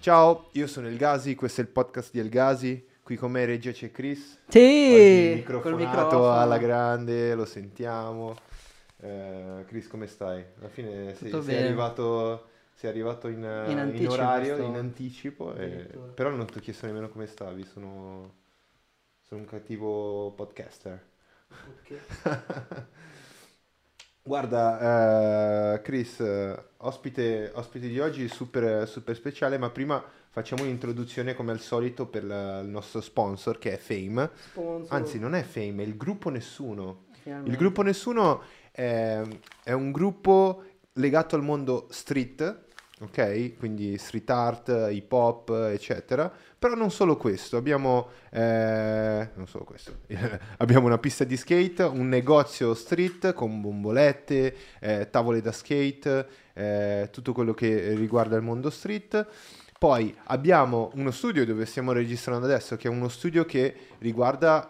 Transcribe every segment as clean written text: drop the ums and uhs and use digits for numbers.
Ciao, io sono El Gasi, questo è il podcast di El Gasi. Qui con me in regia c'è Chris. Oggi Sì, col microfonato alla microfono. grande, lo sentiamo. Chris, come stai? Alla fine Tutto bene. sei arrivato In in anticipo orario, in sto. anticipo, Addirittura. però non ti ho chiesto nemmeno come stavi, sono un cattivo podcaster. Ok. Guarda, Chris, ospite di oggi super, super speciale, ma prima facciamo un'introduzione come al solito per il nostro sponsor che è Fame. Anzi, Sponsor, non è Fame, è il gruppo Nessuno. Il gruppo finalmente. Nessuno è un gruppo legato al mondo street, ok? Quindi street art, hip hop, eccetera. Però non solo questo, non solo questo, abbiamo una pista di skate, un negozio street con bombolette, tavole da skate, tutto quello che riguarda il mondo street. Poi abbiamo uno studio dove stiamo registrando adesso, che è uno studio che riguarda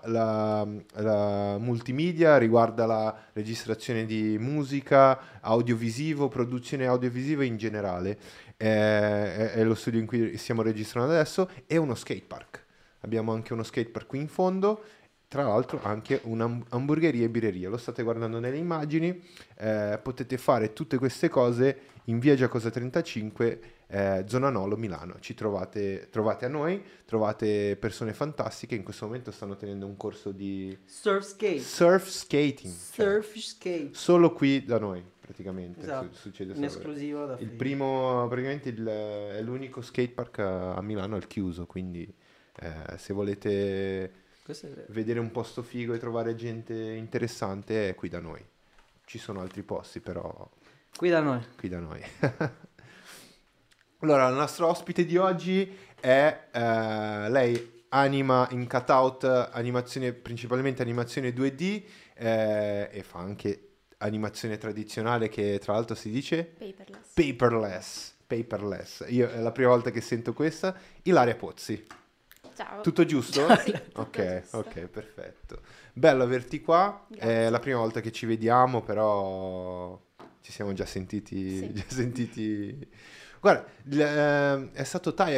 la multimedia, riguarda la registrazione di musica, audiovisivo, produzione audiovisiva in generale. È lo studio in cui stiamo registrando adesso, e uno skatepark. Abbiamo anche uno skatepark qui in fondo, tra l'altro anche un'hamburgeria e birreria. Lo state guardando nelle immagini, potete fare tutte queste cose in via Giacosa 35, zona Nolo, Milano. Trovate a noi, trovate persone fantastiche. In questo momento stanno tenendo un corso di Surf skate. surf skating, cioè Surf skate. solo qui da noi praticamente Esatto. succede In solo. esclusiva da Il Fame. primo, praticamente è l'unico skatepark a Milano al chiuso, quindi se volete Questo è vero. vedere un posto figo e trovare gente interessante è qui da noi. Ci sono altri posti, però Qui da noi. qui da noi. Allora, il nostro ospite di oggi è lei anima in cutout animazione, principalmente animazione 2D, e fa anche animazione tradizionale che tra l'altro si dice Paperless. paperless. Io è la prima volta che sento questa. Ilaria Pozzi. Ciao. Tutto giusto? Sì, tutto Ok, giusto. ok, perfetto. Bello averti qua. È Grazie. la prima volta che ci vediamo, però ci siamo già sentiti. Sì. Già sentiti. Guarda, è stato Tai a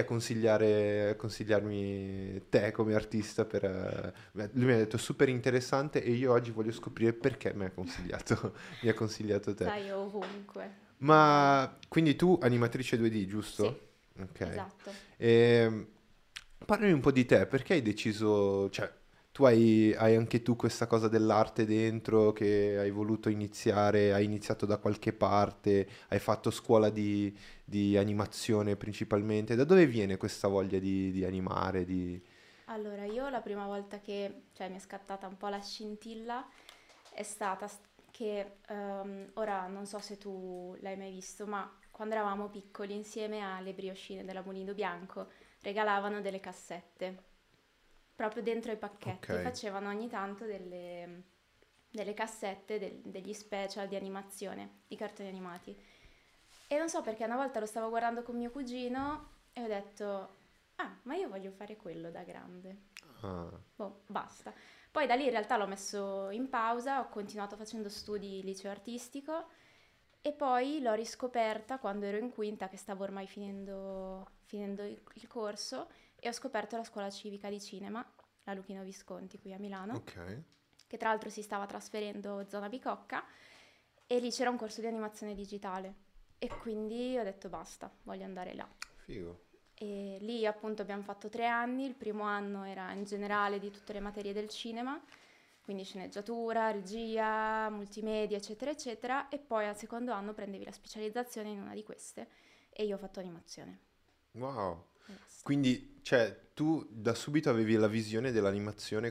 consigliarmi te come artista lui mi ha detto super interessante, e io oggi voglio scoprire perché mi ha consigliato te. Sai, ovunque. Ma quindi tu animatrice 2D, Sì, giusto? Ok. esatto. E, parlami un po' di te, perché hai deciso, cioè, tu hai anche tu questa cosa dell'arte dentro che hai voluto iniziare, hai iniziato da qualche parte, hai fatto scuola di animazione principalmente. Da dove viene questa voglia di animare, di... Allora, io la prima volta che, cioè, mi è scattata un po' la scintilla è stata che, ora non so se tu l'hai mai visto, ma quando eravamo piccoli insieme alle briochine della Mulino Bianco regalavano delle cassette. Proprio dentro i Ok, pacchetti facevano ogni tanto delle cassette, degli special di animazione, di cartoni animati. E non so perché una volta lo stavo guardando con mio cugino e ho detto, ah, ma io voglio fare quello da grande. ah, Boh, basta. Poi da lì in realtà l'ho messo in pausa, ho continuato facendo studi liceo artistico e poi l'ho riscoperta quando ero in quinta, che stavo ormai finendo il corso, e ho scoperto la scuola civica di cinema, la Luchino Visconti qui a Milano, ok, che tra l'altro si stava trasferendo zona Bicocca, e lì c'era un corso di animazione digitale. E quindi ho detto basta, voglio andare là. figo. E lì appunto abbiamo fatto 3 anni, il primo anno era in generale di tutte le materie del cinema, quindi sceneggiatura, regia, multimedia, eccetera, eccetera, e poi al secondo anno prendevi la specializzazione in una di queste e io ho fatto animazione. Wow. E basta. Quindi, cioè, tu da subito avevi la visione dell'animazione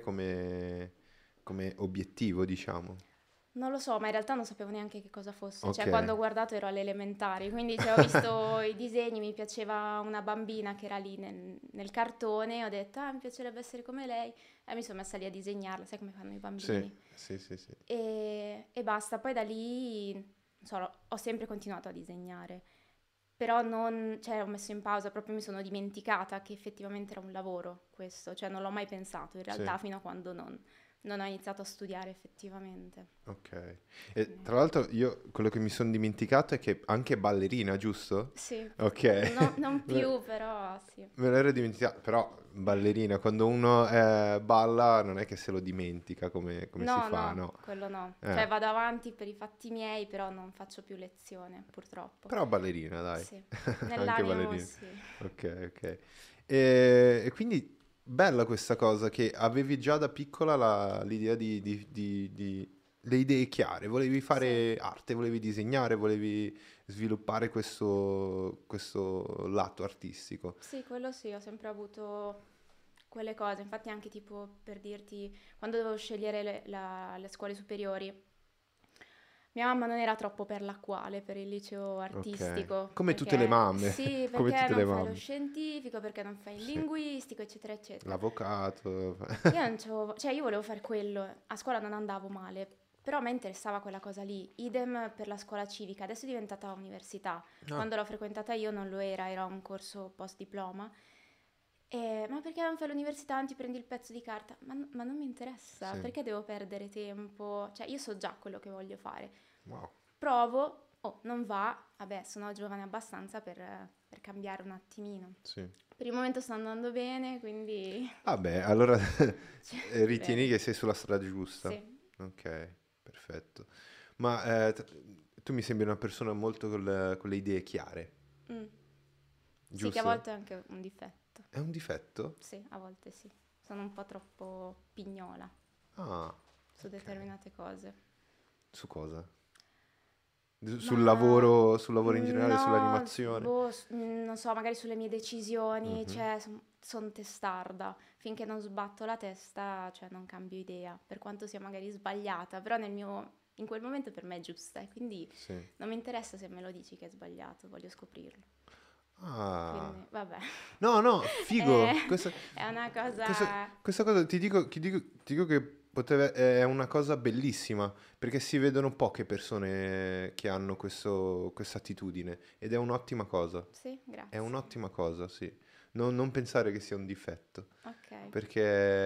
come obiettivo, diciamo. Non lo so, ma in realtà non sapevo neanche che cosa fosse, Ok, cioè quando ho guardato ero alle elementari, quindi cioè, ho visto i disegni, mi piaceva una bambina che era lì nel cartone, ho detto ah mi piacerebbe essere come lei e mi sono messa lì a disegnarla, sai come fanno i sì, bambini. sì, sì, sì. E basta, poi da lì, non so, ho sempre continuato a disegnare, però non, cioè ho messo in pausa, proprio mi sono dimenticata che effettivamente era un lavoro questo, cioè non l'ho mai pensato in Sì. realtà fino a quando non non ho iniziato a studiare effettivamente. Ok. E tra l'altro io quello che mi sono dimenticato è che anche ballerina, giusto? Sì, Ok. non più, però sì. Me l'ero dimenticato, però ballerina, quando uno balla non è che se lo dimentica come si No, fa, no, no? quello no. Cioè Eh, vado avanti per i fatti miei, però non faccio più lezione, purtroppo. però ballerina, dai. Sì, Anche nell'animo ballerina. sì. Ok, ok. E quindi bella questa cosa che avevi già da piccola l'idea le idee chiare, volevi Sì, fare arte, volevi disegnare, volevi sviluppare questo lato artistico. sì, quello sì, ho sempre avuto quelle cose. Infatti anche tipo per dirti, quando dovevo scegliere le scuole superiori, mia mamma non era troppo per la quale, per il liceo Ok. artistico, Come tutte le perché mamme, sì, come perché tutte le non fai lo mamme. scientifico, perché non fai il Sì. linguistico, eccetera, eccetera. L'avvocato. Io non c'avevo, cioè io volevo fare quello, a scuola non andavo male, però a me interessava quella cosa lì, idem per la scuola civica, adesso è diventata università, Ah, quando l'ho frequentata io non lo era, era un corso post diploma, ma perché non fai l'università, non ti prendi il pezzo di carta? Ma non mi interessa, sì. perché devo perdere tempo? Cioè io so già quello che voglio fare, Wow. provo, oh non va, vabbè sono giovane abbastanza per cambiare un attimino. Sì. Per il momento sta andando bene, quindi Vabbè, allora cioè, ritieni bene. che sei sulla strada giusta. Sì. Ok, perfetto. Ma tu mi sembri una persona molto con le idee chiare, Mm. Sì, che a giusto? volte è anche un difetto. È un difetto? Sì, a volte sì. Sono un po' troppo pignola Ah, su ok. determinate cose. Su cosa? Ma Sul lavoro in generale, no, sull'animazione? boh, non so, magari sulle mie decisioni, Mhm. cioè, sono testarda. Finché non sbatto la testa, cioè, non cambio idea, per quanto sia magari sbagliata, però in quel momento per me è giusta e quindi Sì. non mi interessa se me lo dici che è sbagliato, voglio scoprirlo. Ah. Quindi, vabbè, No, no, è, figo. è una Questa, cosa... questa cosa ti dico che è una cosa bellissima, perché si vedono poche persone che hanno questa attitudine ed è un'ottima cosa. Sì, È grazie. un'ottima cosa, sì. Non pensare che sia un difetto, Ok. perché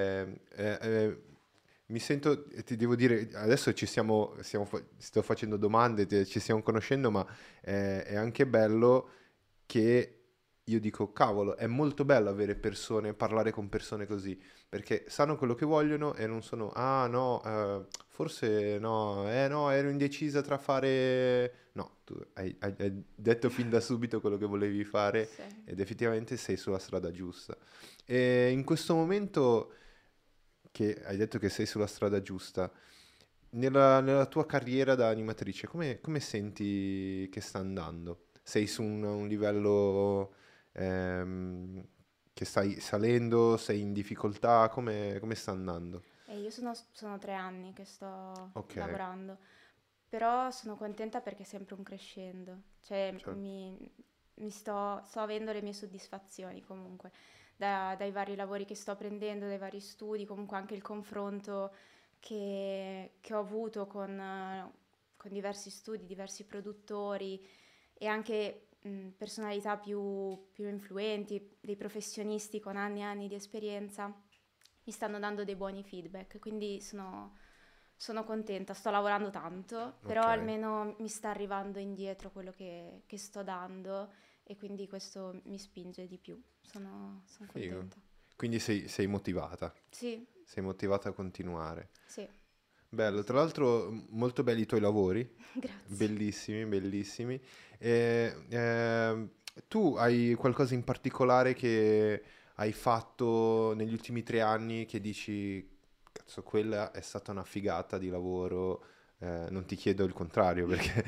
mi sento, ti devo dire, adesso sto facendo domande, ci stiamo conoscendo, ma è anche bello che io dico, cavolo, è molto bello avere persone, parlare con persone così, perché sanno quello che vogliono e non sono, ah no, forse no, no, ero indecisa tra fare... No, tu hai detto fin da subito quello che volevi fare Sì. ed effettivamente sei sulla strada giusta. E in questo momento che hai detto che sei sulla strada giusta, nella tua carriera da animatrice, come senti che sta andando? Sei su un livello ehm, che stai salendo, sei in difficoltà, come sta andando? E io sono 3 anni che sto Ok, lavorando, però sono contenta perché è sempre un crescendo, cioè certo. sto avendo le mie soddisfazioni comunque, dai vari lavori che sto prendendo, dai vari studi, comunque anche il confronto che ho avuto con diversi studi, diversi produttori e anche personalità più influenti, dei professionisti con anni e anni di esperienza, mi stanno dando dei buoni feedback, quindi sono contenta, sto lavorando tanto, però Ok, almeno mi sta arrivando indietro quello che sto dando e quindi questo mi spinge di più, sono figo. contenta. Quindi Sì, sei motivata a continuare. sì, quello Bello, sì. tra l'altro molto belli i tuoi lavori, Grazie. bellissimi, bellissimi. E, tu hai qualcosa in particolare che hai fatto negli ultimi 3 anni che dici, cazzo, quella è stata una figata di lavoro? Non ti chiedo il contrario perché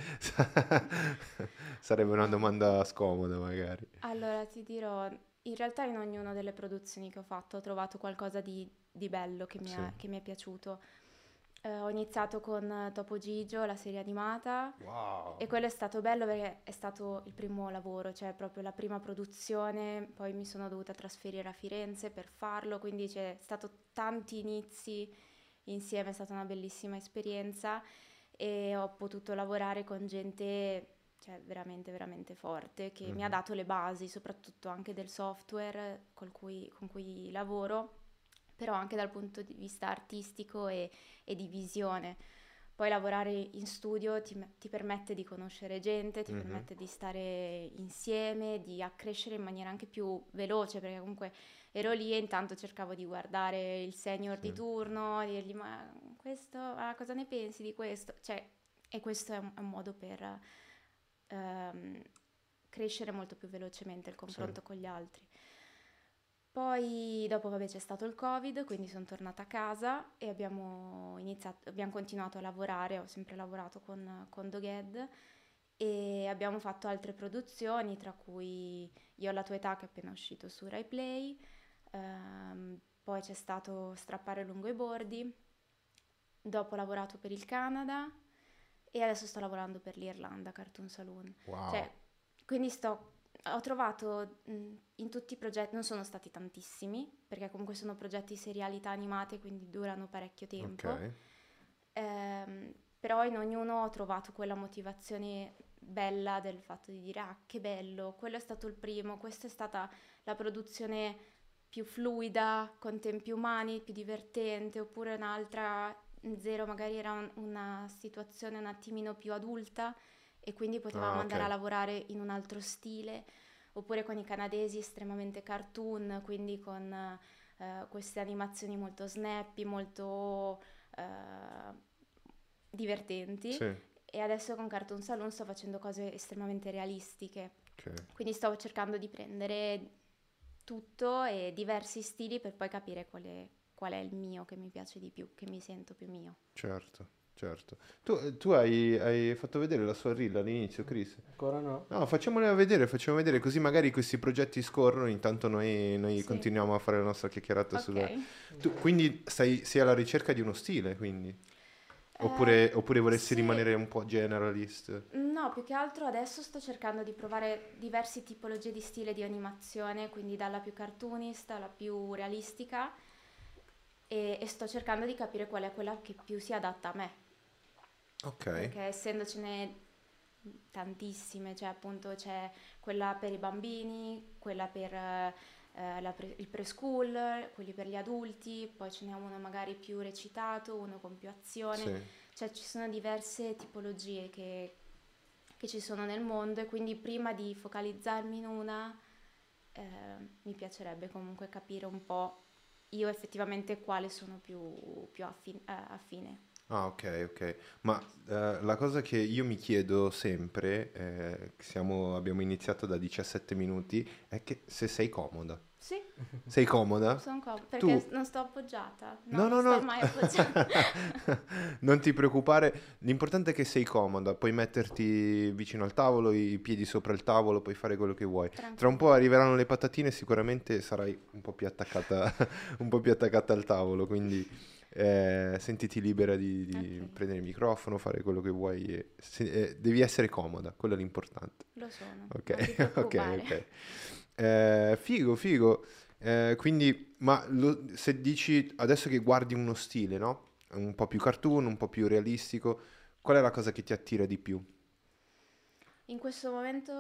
sarebbe una Ma domanda scomoda magari. allora ti dirò, in realtà in ognuna delle produzioni che ho fatto ho trovato qualcosa di bello Sì. che mi è piaciuto. Ho iniziato con Topo Gigio, la serie animata, Wow. e quello è stato bello perché è stato il primo lavoro, cioè proprio la prima produzione, poi mi sono dovuta trasferire a Firenze per farlo, quindi c'è stato tanti inizi insieme, è stata una bellissima esperienza e ho potuto lavorare con gente, cioè veramente veramente forte, che mi ha Mhm. dato le basi, soprattutto anche del software con cui lavoro però anche dal punto di vista artistico e di visione. Poi lavorare in studio ti permette di conoscere gente, ti Mhm. permette di stare insieme, di accrescere in maniera anche più veloce, perché comunque ero lì e intanto cercavo di guardare il senior di Sì, turno, dirgli ma questo, cosa ne pensi di questo? Cioè, e questo è un modo per ehm, crescere molto più velocemente il sì. confronto con gli altri. Poi dopo, vabbè, c'è stato il Covid, quindi sono tornata a casa e abbiamo continuato a lavorare, ho sempre lavorato con Doged e abbiamo fatto altre produzioni, tra cui Io alla tua età che è appena uscito su Rai Play, poi c'è stato Strappare lungo i bordi, dopo ho lavorato per il Canada e adesso sto lavorando per l'Irlanda, Cartoon Saloon. Wow. Cioè, quindi ho trovato in tutti i progetti, non sono stati tantissimi, perché comunque sono progetti serialità animate, quindi durano parecchio Ok. tempo, però in ognuno ho trovato quella motivazione bella del fatto di dire, ah, che bello, quello è stato il primo, questa è stata la produzione più fluida, con tempi umani, più divertente, oppure un'altra, Zero magari era una situazione un attimino più adulta e quindi potevamo Ah, andare a ok. lavorare in un altro stile, oppure con i canadesi estremamente cartoon, quindi con queste animazioni molto snappy, molto divertenti. Sì, E adesso con Cartoon Saloon sto facendo cose estremamente realistiche, ok. quindi sto cercando di prendere tutto e diversi stili per poi capire qual è il mio che mi piace di più, che mi sento più mio. Certo, certo. Tu hai fatto vedere la sua reel all'inizio, Chris? Ancora no? No, facciamo vedere, così magari questi progetti scorrono, intanto noi Sì, continuiamo a fare la nostra chiacchierata ok. sulle... Quindi sei alla ricerca di uno stile, quindi? Eh, Oppure vorresti sì, rimanere un po' generalist? no, più che altro adesso sto cercando di provare diverse tipologie di stile di animazione, quindi dalla più cartoonist alla più realistica e sto cercando di capire qual è quella che più si adatta a me, Ok, perché essendocene tantissime, cioè appunto c'è quella per i bambini, quella per il preschool, quelli per gli adulti, poi ce n'è uno magari più recitato, uno con più azione, sì. cioè ci sono diverse tipologie che ci sono nel mondo e quindi prima di focalizzarmi in una mi piacerebbe comunque capire un po' io effettivamente quale sono più affine. Ah, ok, ok. Ma la cosa che io mi chiedo sempre, abbiamo iniziato da 17 minuti, è che se sei comoda. Sì, Sei comoda? sono comoda perché Tu... non sto appoggiata, no, No, non no, sto no. mai appoggiata. Non ti preoccupare, l'importante è che sei comoda, puoi metterti vicino al tavolo, i piedi sopra il tavolo, puoi fare quello che vuoi. Tra un Tranquilla. po' arriveranno le patatine, sicuramente sarai un po' più attaccata, un po' più attaccata al tavolo, quindi sentiti libera di Ok, prendere il microfono, fare quello che vuoi. Devi essere comoda, quello è l'importante. lo sono, non ti Ok, ok, preoccupare. ok. Figo, figo. Quindi, ma se dici adesso che guardi uno stile, no? Un po' più cartoon, un po' più realistico, qual è la cosa che ti attira di più? In questo momento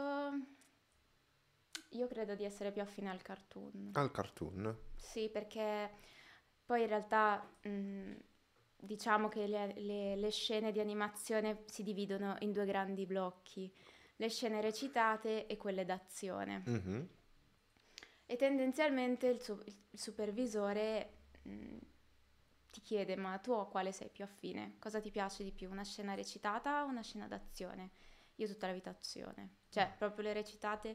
io credo di essere più affine al cartoon. Al cartoon. Sì, perché poi in realtà diciamo che le scene di animazione si dividono in due grandi blocchi, le scene recitate e quelle d'azione. Mhm. E tendenzialmente il supervisore ti chiede, ma tu a quale sei più affine? Cosa ti piace di più? Una scena recitata o una scena d'azione? Io tutta la vita azione. Cioè, proprio le recitate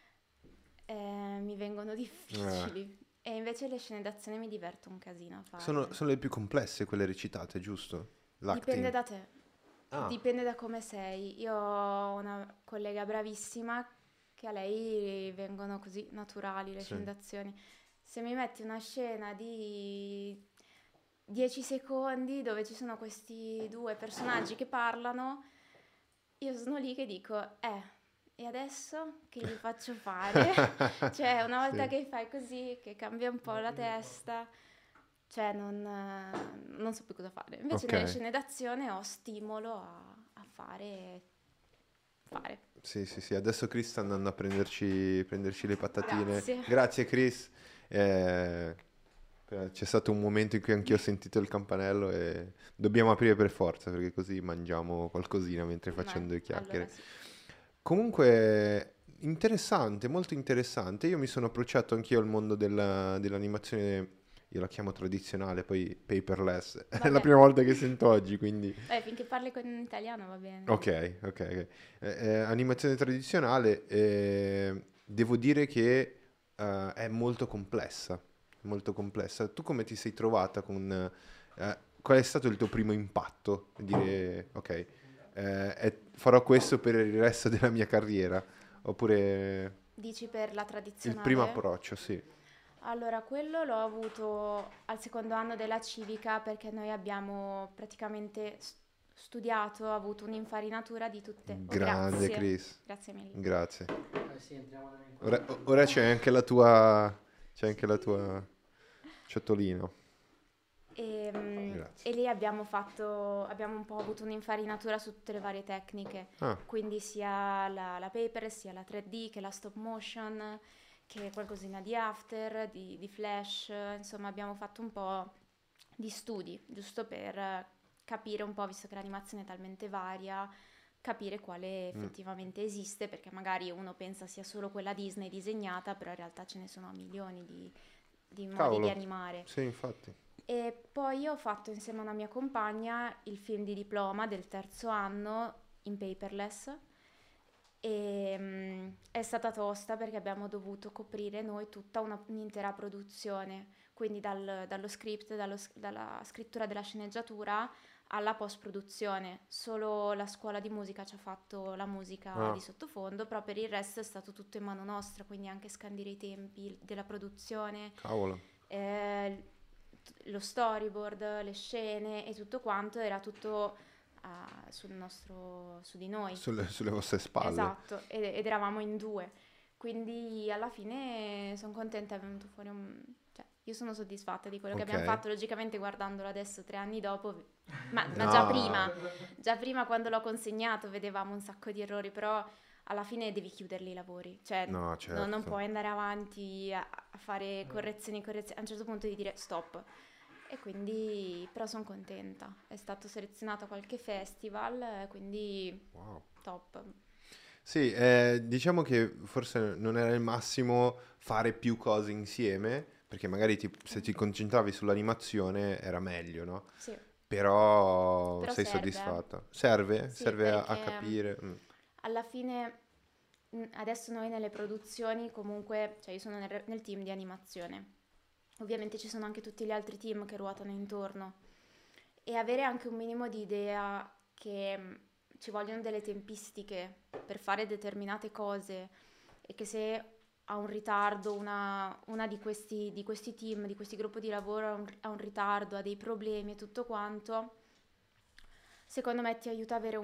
mi vengono Eh, difficili. E invece le scene d'azione mi diverto un casino a sono, farle. sono le più complesse quelle recitate, giusto? Dipende L'acting. da te, Ah, dipende da come sei. Io ho una collega bravissima che a lei vengono così naturali le sì. scene d'azione. Se mi metti una scena di 10 secondi dove ci sono questi due personaggi che parlano, io sono lì che dico, e adesso che gli faccio fare? Cioè, una volta Sì. che fai così, che cambia un po' la testa, cioè non so più cosa fare. Invece Ok. nelle scene d'azione ho stimolo a fare. Sì, sì, sì, adesso Chris sta andando a prenderci le patatine. Grazie. Grazie Chris. Eh, C'è stato un momento in cui anch'io ho sentito il campanello e dobbiamo aprire per forza perché così mangiamo qualcosina mentre facciamo due Allora chiacchiere. sì. Comunque, interessante, molto interessante. Io mi sono approcciato anch'io al mondo dell'animazione, io la chiamo tradizionale, poi paperless. È la Vabbè, prima volta che sento oggi, quindi finché parli con italiano va bene. ok, ok, ok. Animazione tradizionale, devo dire che è molto complessa, molto complessa. Tu come ti sei trovata con... qual è stato il tuo primo impatto? Dire, ok, farò questo per il resto della mia carriera, oppure Dici per la il primo tradizionale? approccio, sì. Allora, quello l'ho avuto al secondo anno della civica perché noi abbiamo praticamente studiato, avuto un'infarinatura di tutte. Oh, Grande grazie, Chris, grazie mille. grazie. Sì, entriamo Ora c'è anche la tua ciotolina. E Grazie. lì abbiamo un po' avuto un'infarinatura su tutte le varie tecniche, Ah, quindi sia la paper, sia la 3D, che la stop motion, che qualcosina di after, di flash, insomma abbiamo fatto un po' di studi, giusto per capire un po', visto che l'animazione è talmente varia, capire quale mm, effettivamente esiste, perché magari uno pensa sia solo quella Disney disegnata, però in realtà ce ne sono milioni di modi di cavolo, animare. sì, infatti. E poi ho fatto insieme a una mia compagna il film di diploma del terzo anno in paperless e è stata tosta perché abbiamo dovuto coprire noi tutta un'intera produzione, quindi dallo script, dalla scrittura della sceneggiatura alla post-produzione. Solo la scuola di musica ci ha fatto la musica Ah, di sottofondo, però per il resto è stato tutto in mano nostra, quindi anche scandire i tempi della produzione, cavolo. eh, lo storyboard, le scene e tutto quanto era tutto su di noi. Sulle vostre spalle. Esatto, ed eravamo in due. Quindi alla fine sono contenta, è venuto fuori un... Cioè, io sono soddisfatta di quello che Ok. abbiamo fatto, logicamente guardandolo adesso 3 anni dopo, ma No. già prima quando l'ho consegnato vedevamo un sacco di errori, però alla fine devi chiuderli i lavori, cioè No, non certo. puoi andare avanti a fare correzioni, correzioni, a un certo punto devi dire stop. E quindi, però sono contenta, è stato selezionato a qualche festival, quindi Wow. top. Sì, diciamo che forse non era il massimo fare più cose insieme, perché magari se ti concentravi sull'animazione era meglio, no? Sì, Però però sei serve, eh. soddisfatta. Serve? Sì, Serve a perché capire. alla fine adesso noi nelle produzioni comunque, cioè io sono nel team di animazione. Ovviamente ci sono anche tutti gli altri team che ruotano intorno e avere anche un minimo di idea che ci vogliono delle tempistiche per fare determinate cose e che se ha un ritardo una di questi team, di questi gruppi di lavoro ha un ritardo, ha dei problemi e tutto quanto, secondo me ti aiuta ad avere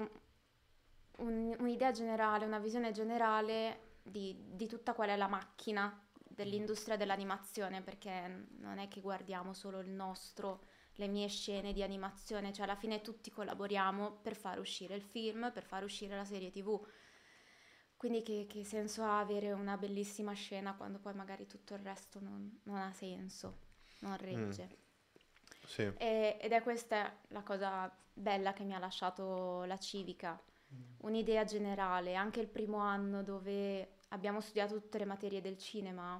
un'idea generale, una visione generale di tutta qual è la macchina dell'industria dell'animazione, perché non è che guardiamo solo le mie scene di animazione, cioè alla fine tutti collaboriamo per far uscire il film, per far uscire la serie TV. Quindi che senso ha avere una bellissima scena quando poi magari tutto il resto non ha senso, non Mm, regge. sì. Ed è questa la cosa bella che mi ha lasciato la civica, un'idea generale, anche il primo anno dove abbiamo studiato tutte le materie del cinema.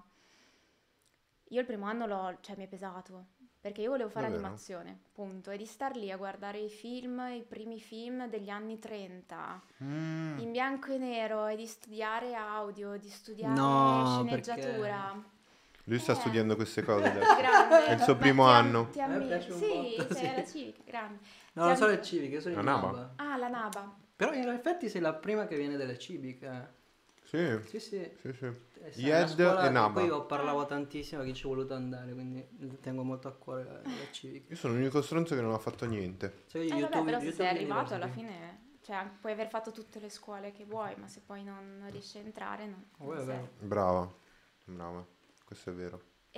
Io il primo anno cioè, mi è pesato, perché io volevo fare Davvero? animazione, punto, e di star lì a guardare i primi film degli anni 30, Mm. in bianco e nero, e di studiare audio, di studiare No, perché sceneggiatura. Lui sta Eh, studiando queste cose adesso. È il grande, suo ma primo anno. ti a me piace un sì, botto, sei alla sì. civica, grande. No, non so le civiche, sono La in Naba? Naba. Ah, la Naba. Però in effetti sei la prima che viene dalle civiche. Sì, Sì, sì. sì, sì. È una Yed e scuola che poi Naba. io parlavo Ah, tantissimo che ci ho voluto andare, quindi tengo molto a cuore le Io civiche. sono l'unico stronzo che non ha fatto niente. Cioè vabbè, YouTube, però se sei YouTube arrivato alla University. fine, cioè, puoi aver fatto tutte le scuole che vuoi, ma se poi non riesci a entrare, Oh, non è sei. vero. Brava, brava. Questo è vero.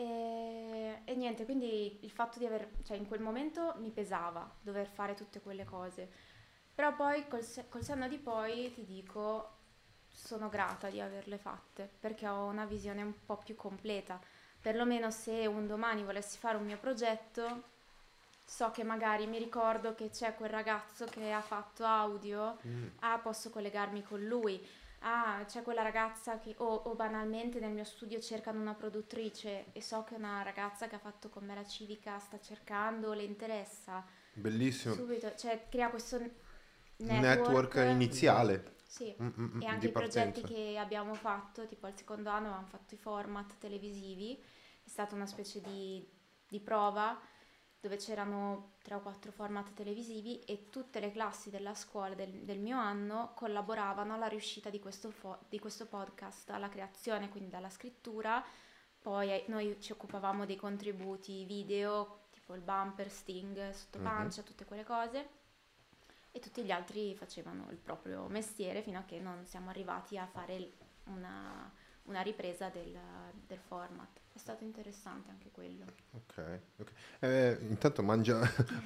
E niente, quindi il fatto di cioè in quel momento mi pesava dover fare tutte quelle cose, però poi col senno di poi ti dico, sono grata di averle fatte, perché ho una visione un po' più completa. perlomeno se un domani volessi fare un mio progetto, so che magari mi ricordo che c'è quel ragazzo che ha fatto audio, posso collegarmi con lui. C'è quella ragazza che, o banalmente nel mio studio cercano una produttrice e so che una ragazza che ha fatto con me la civica sta cercando, le interessa. Bellissimo. Subito, cioè crea questo Network iniziale. Sì, di e anche i progetti partenza. che abbiamo fatto, tipo al secondo anno avevamo fatto i format televisivi, è stata una specie di prova dove c'erano 3 o 4 format televisivi e tutte le classi della scuola del mio anno collaboravano alla riuscita di questo podcast, alla creazione, quindi dalla scrittura. Poi noi ci occupavamo dei contributi video, tipo il bumper, sting, sottopancia, tutte quelle cose, e tutti gli altri facevano il proprio mestiere fino a che non siamo arrivati a fare una ripresa del format. È stato interessante anche quello. Ok. Intanto mangia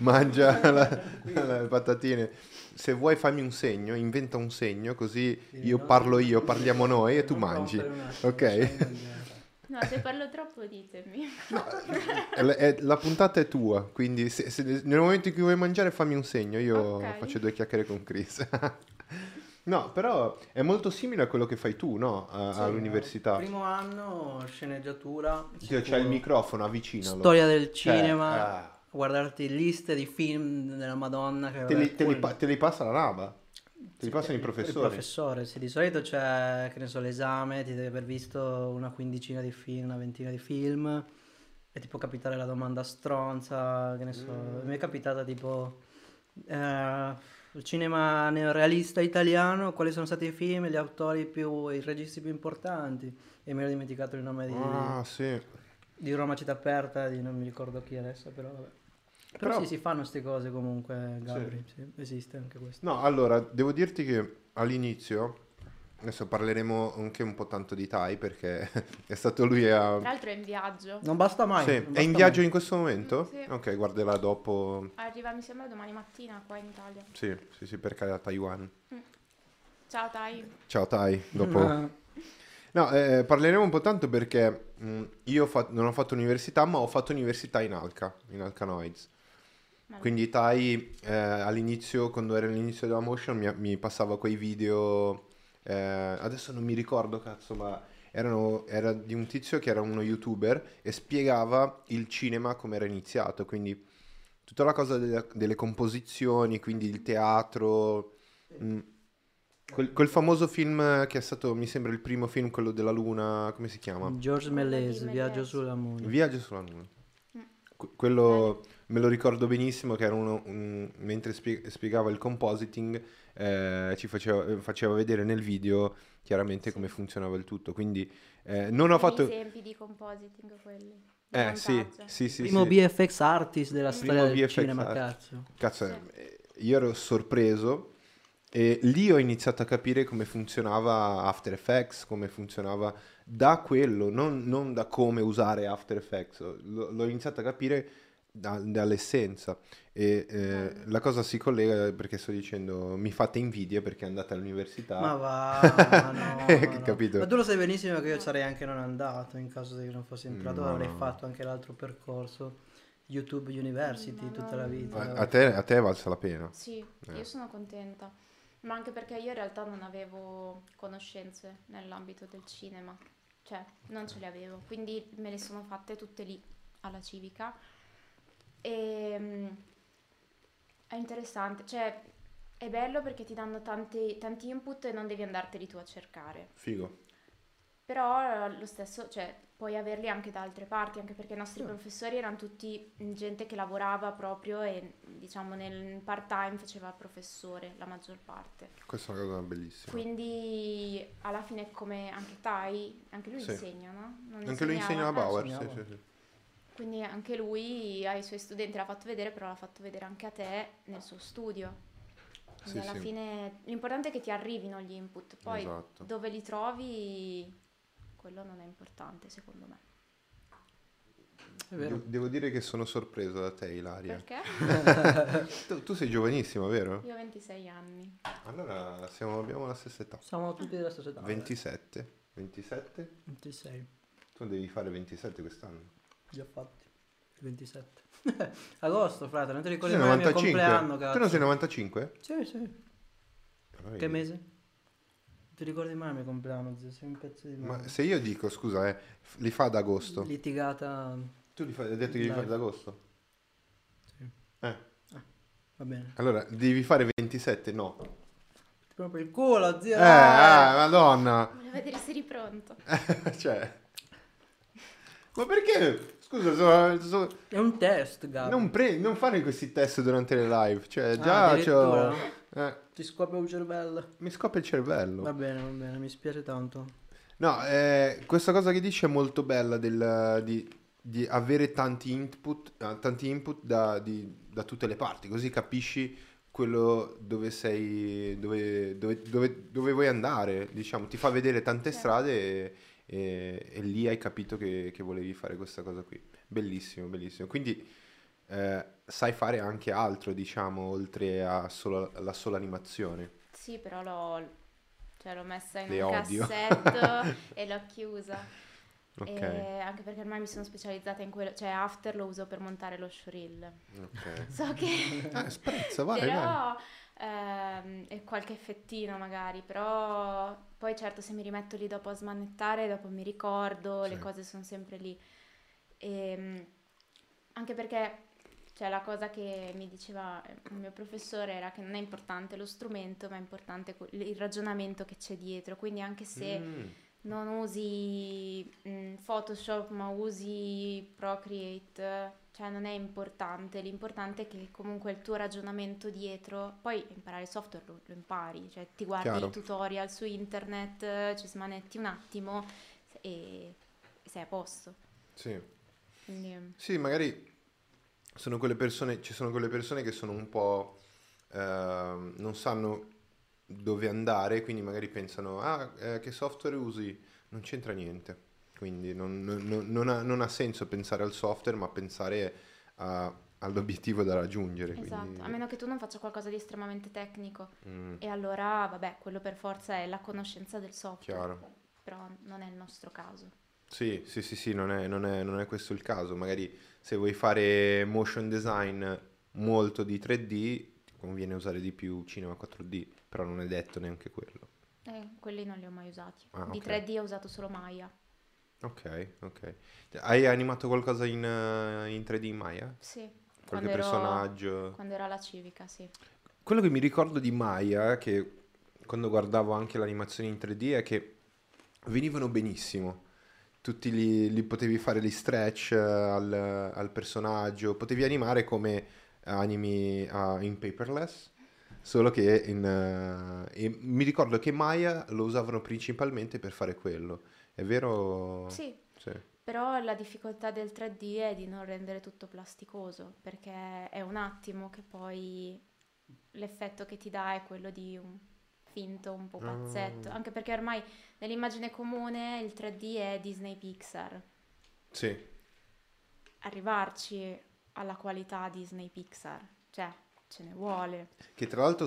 le patatine. Se vuoi fammi un segno, inventa un segno, così parliamo noi e tu mangi. Ok? No, se parlo troppo ditemi. No, la puntata è tua, quindi nel momento in cui vuoi mangiare fammi un segno, io Ok. faccio 2 chiacchiere con Chris. No, però è molto simile a quello che fai tu, no? Sì, All'università. primo anno, sceneggiatura. C'è il sicuro. microfono, avvicinalo. Storia del Cioè, cinema, guardarti liste di film della Madonna. Che te li passa la Naba? Te li passano i Il professori? professore, sì, di solito c'è, che ne so, l'esame, ti deve aver visto una quindicina di film, una ventina di film, e ti può capitare la domanda stronza, che ne so, mi è capitata tipo il cinema neorealista italiano, quali sono stati i film, gli autori i registi più importanti, e mi ero dimenticato il nome Sì. di Roma città aperta, non mi ricordo chi adesso, però vabbè. Però sì, si fanno queste cose comunque, Gabri, sì, esiste anche questo. No, allora, devo dirti che all'inizio, adesso parleremo anche un po' tanto di Tai, perché è stato lui Tra l'altro è in viaggio. Non basta mai. Sì, non è basta in viaggio mai. in questo momento? Sì. Ok, guarderà dopo. Arriva, mi sembra, domani mattina qua in Italia. Sì, perché è a Taiwan. Ciao Tai. Ciao Tai, dopo. No, parleremo un po' tanto perché io non ho fatto università, ma ho fatto università in Alcanoids. Quindi Tai all'inizio, quando era all'inizio della Motion, mi passava quei video, adesso non mi ricordo cazzo, ma era di un tizio che era uno YouTuber e spiegava il cinema come era iniziato, quindi tutta la cosa delle composizioni, quindi il teatro, quel famoso film che è stato, mi sembra, il primo film, quello della Luna, come si chiama? George Méliès, Méliès. Viaggio sulla Luna. Viaggio sulla Luna. Quello me lo ricordo benissimo, che era mentre spiegava il compositing, ci faceva vedere nel video chiaramente come funzionava il tutto. Quindi non ho fatto. esempi di compositing quelli. Di Sì, montaggio. sì, sì. Primo sì. BFX artist della storia del VFX cinema, artist. cazzo. Cazzo, io ero sorpreso e lì ho iniziato a capire come funzionava After Effects, come funzionava da quello, non da come usare After Effects. L'ho iniziato a capire dall'essenza e la cosa si collega perché sto dicendo mi fate invidia perché andate all'università. Ma va, no. Capito? Ma tu lo sai benissimo che io sarei anche non andato in caso che non fossi entrato, No. avrei fatto anche l'altro percorso, YouTube University, tutta la vita. A te è valsa la pena. Sì, io sono contenta. Ma anche perché io in realtà non avevo conoscenze nell'ambito del cinema. Cioè, non ce le avevo. Quindi me le sono fatte tutte lì, alla civica. E è interessante. Cioè, è bello perché ti danno tanti input e non devi andarteli tu a cercare. Figo. Però lo stesso, cioè, puoi averli anche da altre parti, anche perché i nostri professori erano tutti gente che lavorava proprio e, diciamo, nel part-time faceva il professore la maggior parte. Questa è una cosa bellissima. Quindi, alla fine, come anche Tai, anche lui Sì. insegna, no? Non Anche lui insegna a Bauer. insegnava. Sì. Quindi anche lui ai suoi studenti l'ha fatto vedere, però l'ha fatto vedere anche a te nel suo studio. Quindi Sì, alla sì. fine l'importante è che ti arrivino gli input, poi Esatto. dove li trovi, quello non è importante secondo me. È vero. Devo dire che sono sorpreso da te, Ilaria. Perché? Tu sei giovanissima, vero? Io ho 26 anni. Allora abbiamo la stessa età. Siamo tutti della stessa età. 27? 27? 26. Tu devi fare 27 quest'anno. Già fatti. 27. Agosto, frate, non ti Tu ricordi sei mai il mio 95? compleanno, cazzo? Tu non sei 95? Sì, sì. Però Che io- mese? Non ti ricordi mai il mio compleanno, zio? Sei un pezzo di Ma merda. se io dico, scusa, li fa ad agosto. Litigata. Tu li fai, hai detto che li fai ad Live. agosto? Sì. Eh. Va bene. Allora, devi fare 27? No. Ti prendo per il culo, zio. Madonna. Volevo vedere se eri pronto. Cioè, ma perché? Scusa, È un test, Gabi. non fare questi test durante le live. Cioè, già addirittura? c'ho... Ti scoppia il cervello. mi scoppia il cervello. Va bene, mi spiace tanto. No, questa cosa che dici è molto bella di avere tanti input da tutte le parti, così capisci quello dove sei, dove vuoi andare, diciamo, ti fa vedere tante Certo. strade e lì hai capito che volevi fare questa cosa qui. Bellissimo, bellissimo. Quindi sai fare anche altro, diciamo, oltre alla sola animazione. Sì, però l'ho messa in Le un odio. cassetto e l'ho chiusa. Ok, E anche perché ormai mi sono specializzata in quello, cioè After lo uso per montare lo showreel. ok. So che Sprezza, vai, vai. però e qualche effettino magari, però poi certo se mi rimetto lì dopo a smanettare, dopo mi ricordo, le Sì. cose sono sempre lì. Anche perché cioè, la cosa che mi diceva il mio professore era che non è importante lo strumento, ma è importante il ragionamento che c'è dietro. Quindi anche se Mm. non usi Photoshop, ma usi Procreate, cioè non è importante. L'importante è che comunque il tuo ragionamento dietro, poi imparare il software lo impari, cioè ti guardi Chiaro. i tutorial su internet, ci smanetti un attimo e sei a posto. Sì. Quindi, Sì, magari sono quelle persone, ci sono quelle persone che sono un po' non sanno dove andare, quindi magari pensano, che software usi? Non c'entra niente. Quindi non ha senso pensare al software, ma pensare all'obiettivo da raggiungere. esatto, Quindi, a meno che tu non faccia qualcosa di estremamente tecnico. mm, E allora, vabbè, quello per forza è la conoscenza del software, chiaro. però non è il nostro caso. Sì, sì, sì, sì, non è questo il caso. Magari se vuoi fare motion design molto di 3D, ti conviene usare di più Cinema 4D, però non è detto neanche quello. Quelli non li ho mai usati. Ah, Di ok. 3D ho usato solo Maya. Ok, ok. Hai animato qualcosa in 3D in Maya? Sì, Qualche quando personaggio? quando ero alla civica, sì. Quello che mi ricordo di Maya, che quando guardavo anche l'animazione in 3D, è che venivano benissimo. Tutti li potevi fare gli stretch al personaggio, potevi animare come animi in paperless, solo che e mi ricordo che Maya lo usavano principalmente per fare quello. È vero? Sì, Sì. però la difficoltà del 3D è di non rendere tutto plasticoso, perché è un attimo che poi l'effetto che ti dà è quello di un finto un po' pazzetto, Ah, anche perché ormai nell'immagine comune il 3D è Disney Pixar. sì, Arrivarci alla qualità Disney Pixar, cioè ce ne vuole. che tra l'altro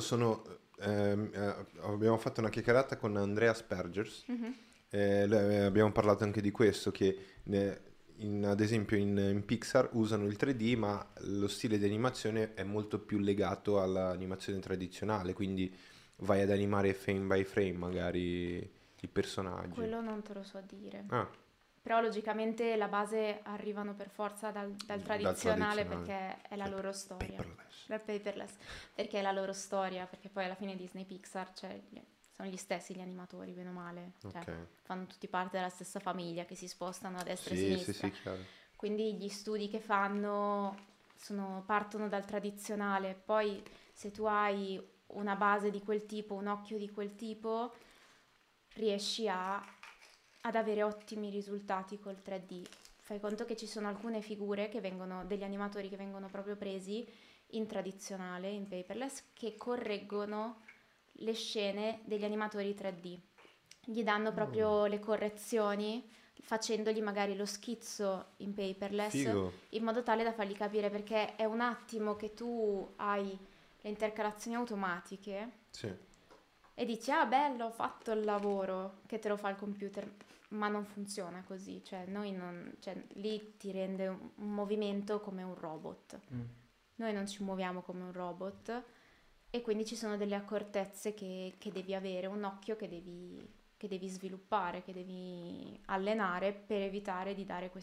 abbiamo fatto una chiacchierata con Andrea Aspergers. Mhm. Abbiamo parlato anche di questo, che ad esempio in Pixar usano il 3D, ma lo stile di animazione è molto più legato all'animazione tradizionale, quindi vai ad animare frame by frame magari i personaggi. Quello non te lo so dire. Ah, Però logicamente la base arrivano per forza dal tradizionale perché è la Cioè, loro storia. paperless. Dal paperless, perché è la loro storia, perché poi alla fine Disney Pixar, cioè, sono gli stessi gli animatori, bene o male. Cioè, Ok. fanno tutti parte della stessa famiglia che si spostano a destra e a Sì, sinistra. sì, sì, chiaro. Quindi gli studi che fanno partono dal tradizionale, poi se tu hai una base di quel tipo, un occhio di quel tipo, riesci ad avere ottimi risultati col 3D. Fai conto che ci sono alcune figure degli animatori che vengono proprio presi in tradizionale, in paperless, che correggono le scene degli animatori 3D. Gli danno proprio le correzioni, facendogli magari lo schizzo in paperless, Figo. in modo tale da fargli capire, perché è un attimo che tu hai le intercalazioni automatiche Sì. e dici, ah bello, ho fatto il lavoro, che te lo fa il computer, ma non funziona così, cioè lì ti rende un movimento come un robot. Noi non ci muoviamo come un robot e quindi ci sono delle accortezze che devi avere, un occhio che devi sviluppare, che devi allenare per evitare di dare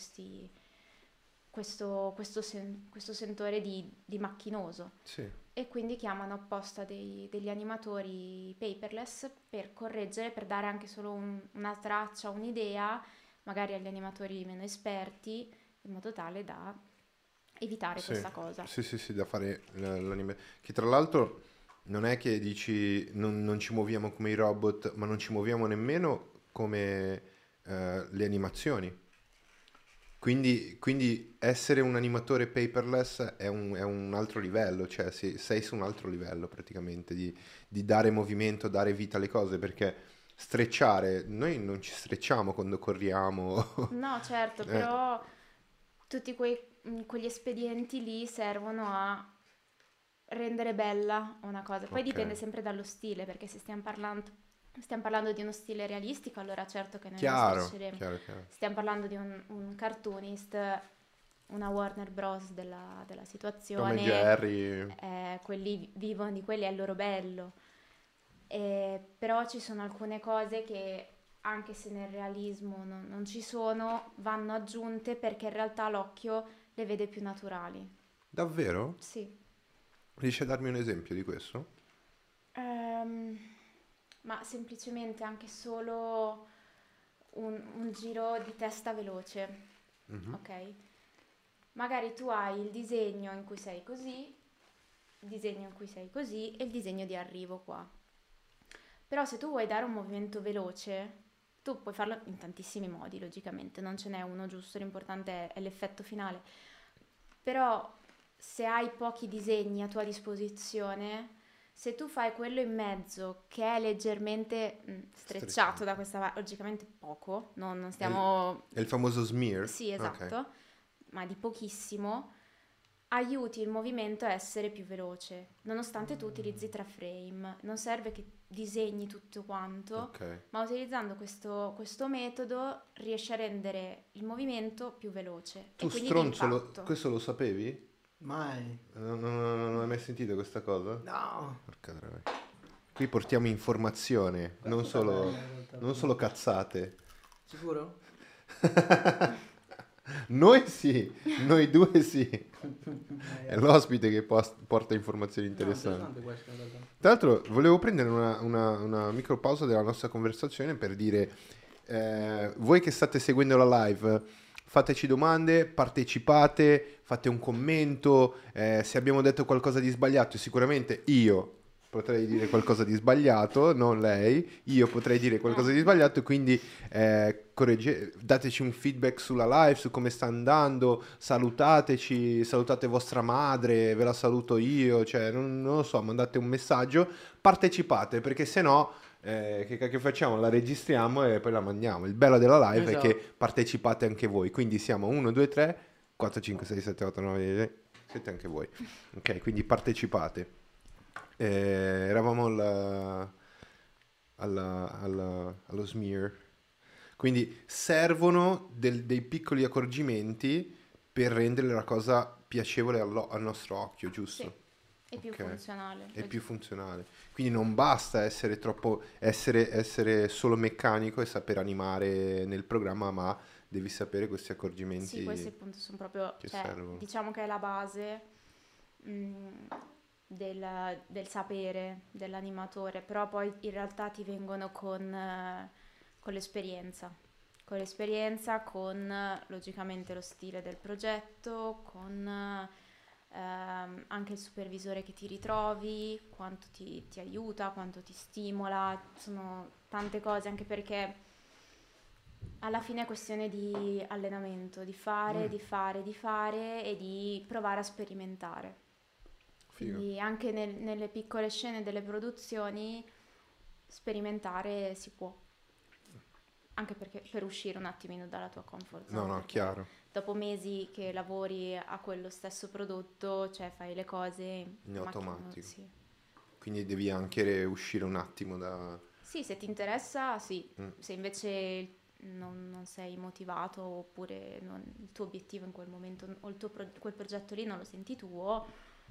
questo sentore di macchinoso. Sì. E quindi chiamano apposta degli animatori paperless per correggere, per dare anche solo una traccia, un'idea, magari agli animatori meno esperti, in modo tale da evitare Sì, questa cosa. sì, da fare l'anime. Che tra l'altro non è che dici non ci muoviamo come i robot, ma non ci muoviamo nemmeno come le animazioni. Quindi essere un animatore paperless è un altro livello, cioè sei su un altro livello praticamente di dare movimento, dare vita alle cose, perché strecciare, noi non ci strecciamo quando corriamo. No, certo, Eh, però tutti quegli espedienti lì servono a rendere bella una cosa. Poi ok, dipende sempre dallo stile, perché se stiamo parlando di uno stile realistico, allora certo che noi non chiaro, strecceremo. chiaro. Stiamo parlando di un cartoonist, una Warner Bros. della Tom e situazione, Jerry. quelli vivono di quelli, è il loro bello. Però ci sono alcune cose che, anche se nel realismo non ci sono, vanno aggiunte perché in realtà l'occhio le vede più naturali. Davvero? Sì. Riesci a darmi un esempio di questo? Ehm, ma semplicemente anche solo un giro di testa veloce, Mhm. ok? Magari tu hai il disegno in cui sei così, il disegno in cui sei così e il disegno di arrivo qua. Però se tu vuoi dare un movimento veloce, tu puoi farlo in tantissimi modi, logicamente, non ce n'è uno giusto, l'importante è l'effetto finale. Però se hai pochi disegni a tua disposizione, se tu fai quello in mezzo che è leggermente strecciato da questa parte, logicamente poco, non È il, stiamo... è il famoso smear? Sì, Ok. esatto, ma di pochissimo, aiuti il movimento a essere più veloce, nonostante tu utilizzi 3 frame. Non serve che disegni tutto quanto, Ok. ma utilizzando questo metodo riesci a rendere il movimento più veloce Tu e quindi stronzo, l'impatto. questo lo sapevi? Mai. Non hai mai sentito questa cosa? No. Porca troia. Qui portiamo informazione, Questo sta bene in realtà. non solo cazzate. Sicuro? Noi sì, noi due sì. È Magari. l'ospite che porta informazioni No, interessanti. interessante questo in realtà. Tra l'altro, volevo prendere una micro pausa della nostra conversazione per dire, voi che state seguendo la live, fateci domande, partecipate, fate un commento, se abbiamo detto qualcosa di sbagliato, sicuramente io potrei dire qualcosa di sbagliato, non lei, io potrei dire qualcosa di sbagliato, quindi dateci un feedback sulla live, su come sta andando, salutateci, salutate vostra madre, ve la saluto io, cioè non lo so, mandate un messaggio, partecipate, perché se no che cacchio facciamo? La registriamo e poi la mandiamo. Il bello della live è che Esatto. partecipate anche voi, quindi siamo 1, 2, 3, 4, 5, 6, 7, 8, 9, 10, siete anche voi. Ok, quindi partecipate. Eravamo allo smear. Quindi servono dei piccoli accorgimenti per rendere la cosa piacevole al nostro occhio, Sì, giusto? è più Ok. funzionale. È più funzionale. Quindi non basta essere troppo, essere solo meccanico e saper animare nel programma, ma devi sapere questi Sì, accorgimenti questi appunto sono proprio, che cioè, servono. diciamo che è la base mm, del sapere dell'animatore, però poi in realtà ti vengono con l'esperienza. Con l'esperienza, con logicamente lo stile del progetto, con anche il supervisore che ti ritrovi, quanto ti aiuta, quanto ti stimola, sono tante cose, anche perché alla fine è questione di allenamento, di fare, di fare, di fare e di provare a sperimentare. Figo. Quindi anche nelle piccole scene delle produzioni sperimentare si può, anche perché per uscire un attimino dalla tua comfort No, zone, no, perché chiaro. dopo mesi che lavori a quello stesso prodotto, cioè fai le cose In macchina, automatico. sì. Quindi devi anche uscire un attimo da... Sì, se ti interessa, sì. Mm. Se invece non sei motivato oppure il tuo obiettivo in quel momento o quel progetto lì non lo senti tuo,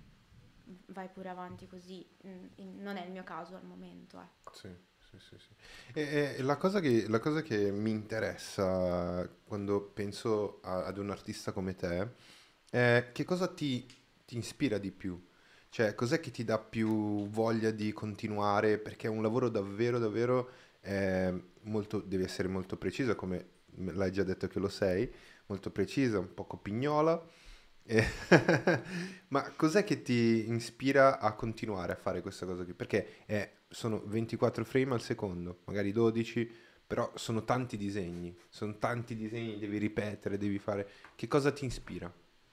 vai pure avanti così. Non è il mio caso al momento, ecco. Sì, sì, sì, sì. E la cosa che mi interessa quando penso ad un artista come te è che cosa ti ispira di più? Cioè, cos'è che ti dà più voglia di continuare? Perché è un lavoro davvero, davvero molto, devi essere molto preciso, come l'hai già detto che lo sei, molto precisa, un poco pignola. E- Ma cos'è che ti ispira a continuare a fare questa cosa qui? Perché sono 24 frame al secondo, magari 12, però sono tanti disegni, devi ripetere, devi fare... Che cosa ti ispira?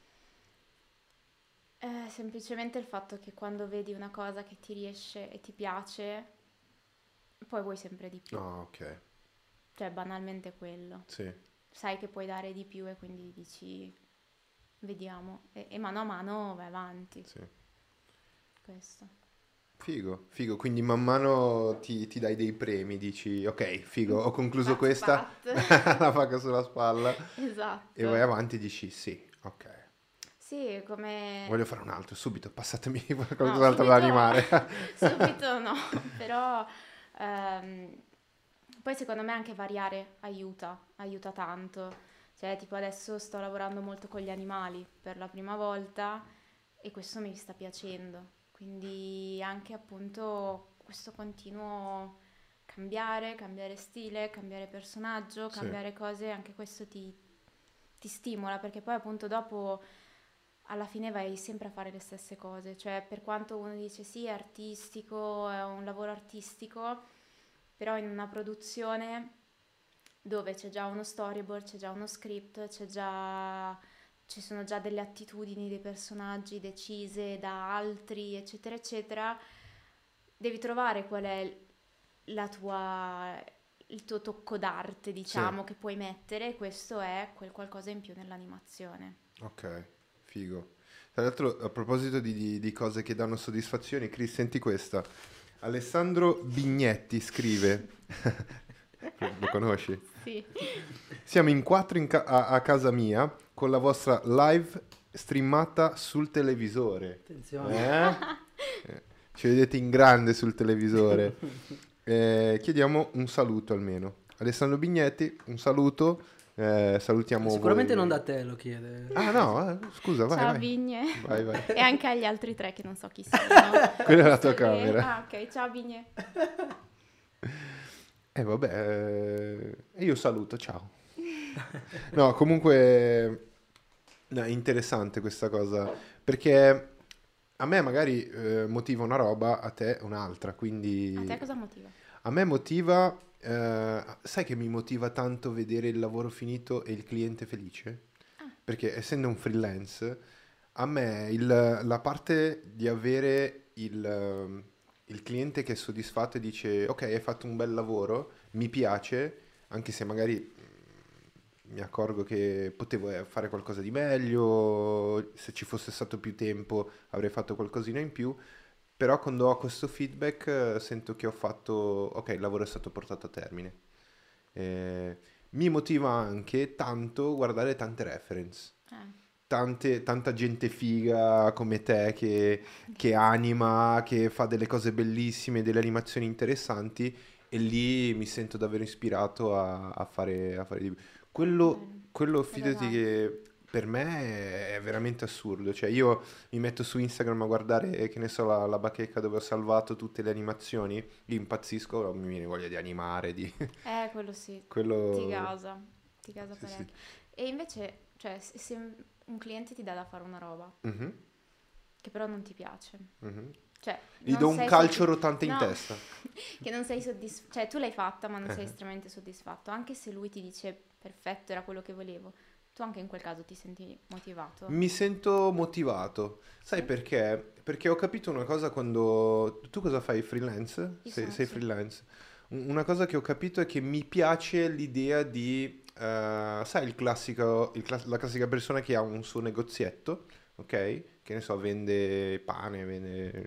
Semplicemente il fatto che quando vedi una cosa che ti riesce e ti piace, poi vuoi sempre di più. Ah, ok, Cioè, banalmente quello. sì, Sai che puoi dare di più e quindi dici, vediamo. E mano a mano vai avanti. sì. Questo. Figo, figo, quindi man mano ti dai dei premi, dici, ok, figo, ho concluso Pat questa, pat. la pacca sulla spalla e vai Esatto. avanti e dici, sì, ok, Sì, come... voglio fare un altro, subito, passatemi No, qualcos'altro da animare. subito no, però ehm, poi secondo me anche variare aiuta tanto. Cioè, tipo adesso sto lavorando molto con gli animali per la prima volta e questo mi sta piacendo. Quindi anche appunto questo continuo cambiare stile, cambiare personaggio, Sì, cambiare cose, anche questo ti stimola perché poi appunto dopo alla fine vai sempre a fare le stesse cose, cioè per quanto uno dice sì è artistico, è un lavoro artistico, però in una produzione dove c'è già uno storyboard, c'è già uno script, ci sono già delle attitudini dei personaggi decise da altri, eccetera, eccetera, devi trovare qual è la tua, il tuo tocco d'arte, sì, diciamo, che puoi mettere, e questo è quel qualcosa in più nell'animazione. ok, figo. Tra l'altro, a proposito di cose che danno soddisfazioni, Chris, senti questa. Alessandro Bignetti scrive, lo conosci? Sì. Siamo in quattro a casa mia con la vostra live streamata sul televisore. Attenzione. Ci vedete in grande sul televisore. Chiediamo un saluto almeno. Alessandro Bignetti, un saluto. Salutiamo Sicuramente voi. non da te lo chiede. Ah no, scusa, vai, Ciao vai. Vigne. Vai, vai. E anche agli altri tre che non so chi siano. Quella è la tua Visto che- camera. Ah, ok, ciao Vigne. Vabbè, io saluto, ciao. No, comunque, no, è interessante questa cosa, perché a me magari motiva una roba, a te un'altra, A quindi te cosa motiva? a me motiva, sai che mi motiva tanto vedere il lavoro finito e il cliente felice? Ah, Perché essendo un freelance, a me la parte di avere il cliente che è soddisfatto e dice ok, hai fatto un bel lavoro, mi piace, anche se magari mi accorgo che potevo fare qualcosa di meglio, se ci fosse stato più tempo avrei fatto qualcosina in più, però quando ho questo feedback sento che ho fatto, ok, il lavoro è stato portato a termine. Eh, Mi motiva anche tanto guardare tante reference, eh. tanta gente figa come te che anima, che fa delle cose bellissime, delle animazioni interessanti e lì mi sento davvero ispirato a fare di più. Quello Bello fidati tanto. che per me è veramente assurdo, cioè io mi metto su Instagram a guardare, che ne so, la bacheca dove ho salvato tutte le animazioni, io impazzisco, mi viene voglia di animare, di... Quello sì, quello... ti gasa Sì, sì. parecchio. E invece, cioè, se un cliente ti dà da fare una roba Mhm, che però non ti piace, mhm. cioè, Gli non do un sei calcio rotante in no, testa. che non sei soddisfatto, cioè tu l'hai fatta ma non sei Eh. estremamente soddisfatto, anche se lui ti dice perfetto, era quello che volevo, tu anche in quel caso ti senti motivato? Mi sento motivato. Sai Sì? perché? Perché ho capito una cosa quando... Tu cosa fai? Freelance? Io Sei, sono, sei sì. freelance. Una cosa che ho capito è che mi piace l'idea di... sai il classico, la classica persona che ha un suo negozietto, ok? Che ne so, vende pane, vende...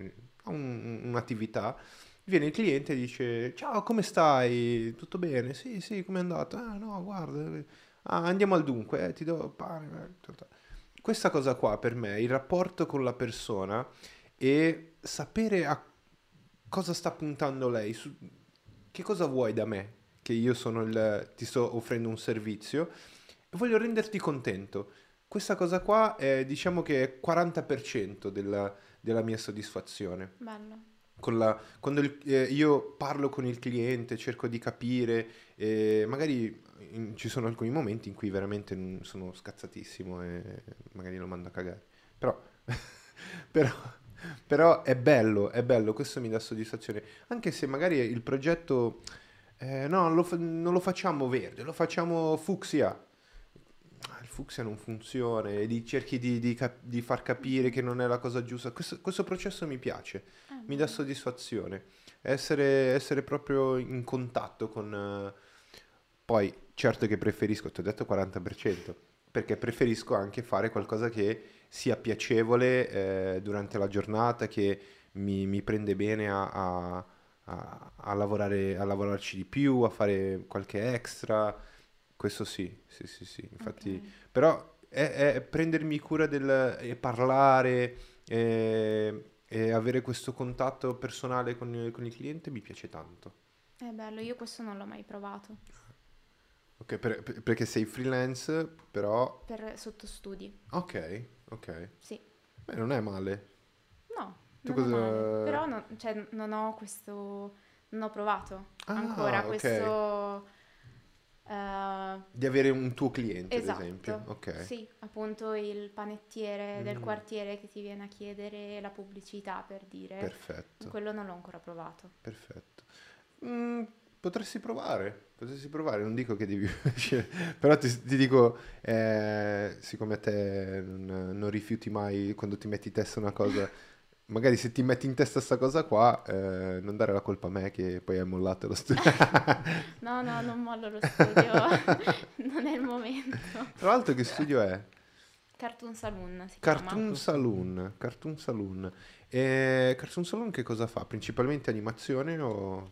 un'attività, viene il cliente e dice: ciao, come stai? Tutto bene? Sì, sì, com'è andato? Ah, no, guarda, andiamo al dunque, ti do pane. Questa cosa qua per me, il rapporto con la persona e sapere a cosa sta puntando lei, che cosa vuoi da me, che io ti sto offrendo un servizio e voglio renderti contento. Questa cosa qua è, diciamo che è 40% della mia soddisfazione. Bello. Quando io parlo con il cliente, cerco di capire, magari ci sono alcuni momenti in cui veramente sono scazzatissimo e magari lo mando a cagare. Però, però, però è bello, questo mi dà soddisfazione. Anche se magari il progetto, no, non lo facciamo verde, lo facciamo fucsia. Il fucsia non funziona e cerchi di far capire che non è la cosa giusta. Questo processo mi piace, mi dà Bello. soddisfazione. Essere proprio in contatto con... Poi, certo che preferisco, ti ho detto 40%, perché preferisco anche fare qualcosa che sia piacevole durante la giornata, che mi prende bene a lavorare, a lavorarci di più, a fare qualche extra. Questo sì, sì, sì, sì. Ok. Infatti, però è prendermi cura e parlare e avere questo contatto personale con il cliente mi piace tanto. È bello, io questo non l'ho mai provato. Ok, perché sei freelance, però... Per sottostudi, Ok, ok. sì. Beh, non è male. No, Tu non è male. cosa... Però cioè, non ho questo... Non ho provato ancora Ah, ok. questo... eh, Di avere un tuo cliente, ad esempio. esatto. Ok. Sì, appunto il panettiere del Mm, quartiere che ti viene a chiedere la pubblicità per dire. perfetto, Quello non l'ho ancora provato. perfetto. Mm, potresti provare, non dico che devi uscire, però ti dico, siccome a te non rifiuti mai quando ti metti in testa una cosa, magari se ti metti in testa sta cosa qua, non dare la colpa a me che poi hai mollato lo studio. No, no, non mollo lo studio, non è il momento. Tra l'altro che studio è? Cartoon Saloon si chiama. Cartoon Saloon, Cartoon Saloon. Cartoon Saloon che cosa fa? Principalmente animazione o...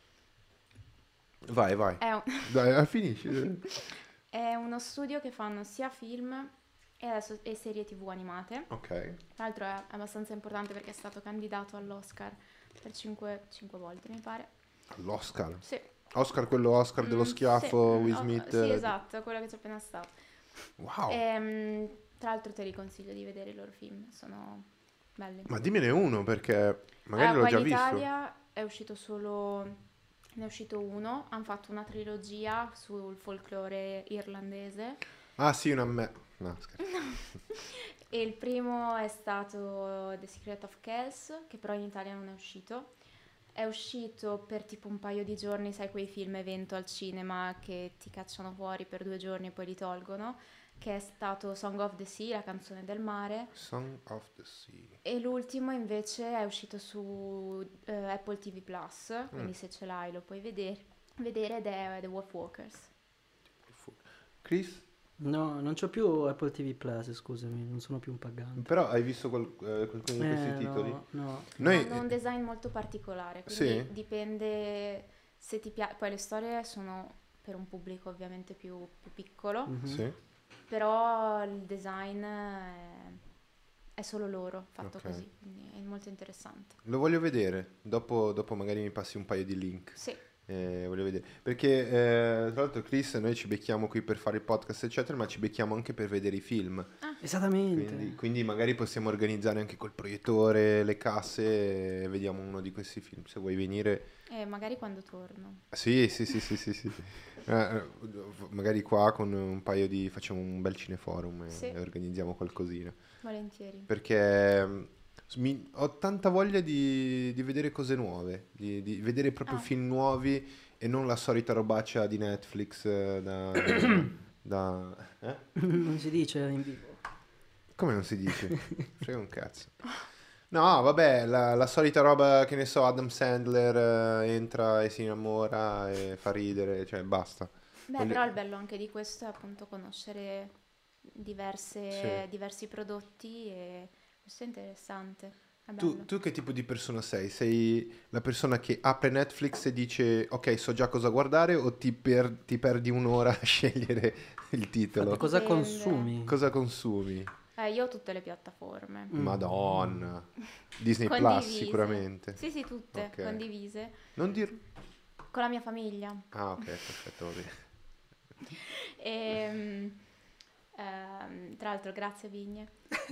Vai, vai. È un- Dai, finisci. È uno studio che fanno sia film e serie TV animate. Ok. Tra l'altro è abbastanza importante perché è stato candidato all'Oscar per 5 volte, mi pare. All'Oscar. Sì. Oscar, quello Oscar dello Sì, schiaffo, Will Smith. sì, esatto, quello che c'è appena stato. Wow. Tra l'altro te li consiglio di vedere i loro film, sono belli. Ma dimmene uno perché magari l'ho Qua già in visto. Italia è uscito solo, ne è uscito uno, hanno fatto una trilogia sul folklore irlandese Ah, sì, No, scherzo. e il primo è stato The Secret of Kells, che però in Italia non è uscito. È uscito per tipo un paio di giorni, sai quei film evento al cinema che ti cacciano fuori per 2 giorni e poi li tolgono, che è stato Song of the Sea, la canzone del mare, Song of the Sea. e l'ultimo invece è uscito su Apple TV Plus, quindi Mm. se ce l'hai lo puoi vedere ed è The Wolf Walkers. Chris? No, non c'ho più Apple TV Plus, scusami, non sono più un pagante. Però hai visto qualcuno di questi titoli? No, no. Noi... Hanno un design molto particolare, quindi Sì? dipende se ti piace. Poi le storie sono per un pubblico ovviamente più piccolo, Mhm. Sì? però il design è solo loro fatto Ok. così, quindi è molto interessante. Lo voglio vedere. Dopo magari mi passi un paio di link. Sì, Voglio vedere. Perché tra l'altro Chris, noi ci becchiamo qui per fare il podcast eccetera, ma ci becchiamo anche per vedere i film. Esattamente. Quindi magari possiamo organizzare anche col proiettore, le casse e vediamo uno di questi film. Se vuoi venire. e magari quando torno. Sì, sì, sì, sì, sì, sì. Magari qua con un paio facciamo un bel cineforum Sì. e organizziamo qualcosina. Volentieri. Perché ho tanta voglia di vedere cose nuove, di vedere proprio Ah. film nuovi e non la solita robaccia di Netflix Non si dice in vivo. Come non si dice? Frega un cazzo. No, vabbè, la solita roba, che ne so, Adam Sandler entra e si innamora e fa ridere, cioè basta. Beh, Voglio- però il bello anche di questo è appunto conoscere Sì. diversi prodotti e questo è interessante. è bello. Tu che tipo di persona sei? Sei la persona che apre Netflix e dice ok, so già cosa guardare, o ti perdi un'ora a scegliere il Infatti, titolo? cosa Dipende. consumi? Cosa consumi? Io ho tutte le piattaforme. Madonna. Disney Plus Condivise. sicuramente. Sì, sì, tutte Ok. condivise. Non dir... Con la mia famiglia. Ah, ok, perfetto, va bene. Tra l'altro, grazie Vigne.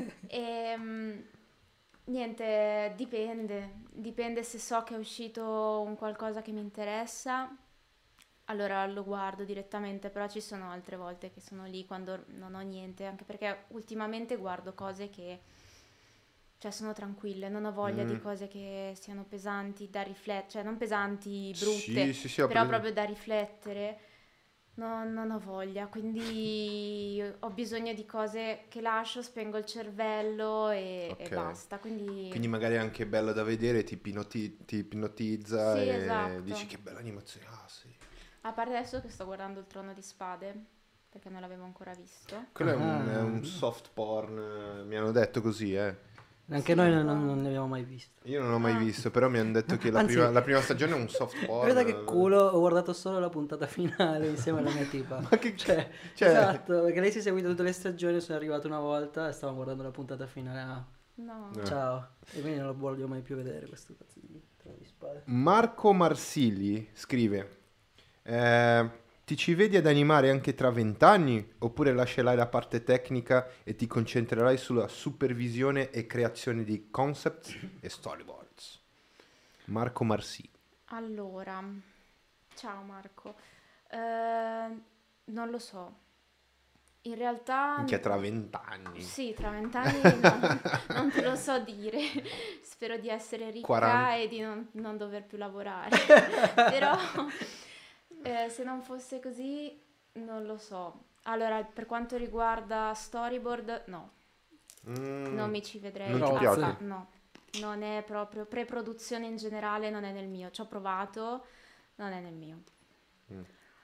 Niente, dipende se so che è uscito un qualcosa che mi interessa, allora lo guardo direttamente, però ci sono altre volte che sono lì quando non ho niente, anche perché ultimamente guardo cose che, cioè, sono tranquille, non ho voglia di cose che siano pesanti da riflettere, cioè non pesanti, brutte, Sì, ho però presente. proprio da riflettere. Non ho voglia, quindi ho bisogno di cose che lascio, spengo il cervello e Ok. basta. Quindi Quindi magari è anche bella da vedere, ti ipnotizza sì, e esatto. dici che bella animazione. Ah, sì. A parte adesso che sto guardando il Trono di Spade, perché non l'avevo ancora visto. Quello Ah. è un soft porn, mi hanno detto così, Anche Sì, noi un po'. non ne abbiamo mai visto. Io non l'ho mai Ah. visto, però mi hanno detto che la Anzi, la prima stagione è un soft porn. guarda che culo, ho guardato solo la puntata finale insieme alla mia tipa. Ma che Cioè, cioè- esatto, perché lei si è seguita tutte le stagioni, sono arrivato una volta e stavo guardando la puntata finale. Ah, No. ciao. E quindi non lo voglio mai più vedere questo cazzo di Trono di Spade. Marco Marsigli scrive: ti ci vedi ad animare anche tra 20 anni? Oppure lascerai la parte tecnica e ti concentrerai sulla supervisione e creazione di concepts e storyboards? Marco Marsigli. Allora, ciao Marco. Non lo so. In realtà Anche tra 20 anni. sì, tra 20 anni non te lo so dire. Spero di essere ricca 40. e di non dover più lavorare. Però se non fosse così, non lo so. Allora, per quanto riguarda storyboard, no, non mi ci vedrei. Non ti Rozze. piace? No, non è proprio pre-produzione in generale, non è nel mio. Ci ho provato, non è nel mio. Mm.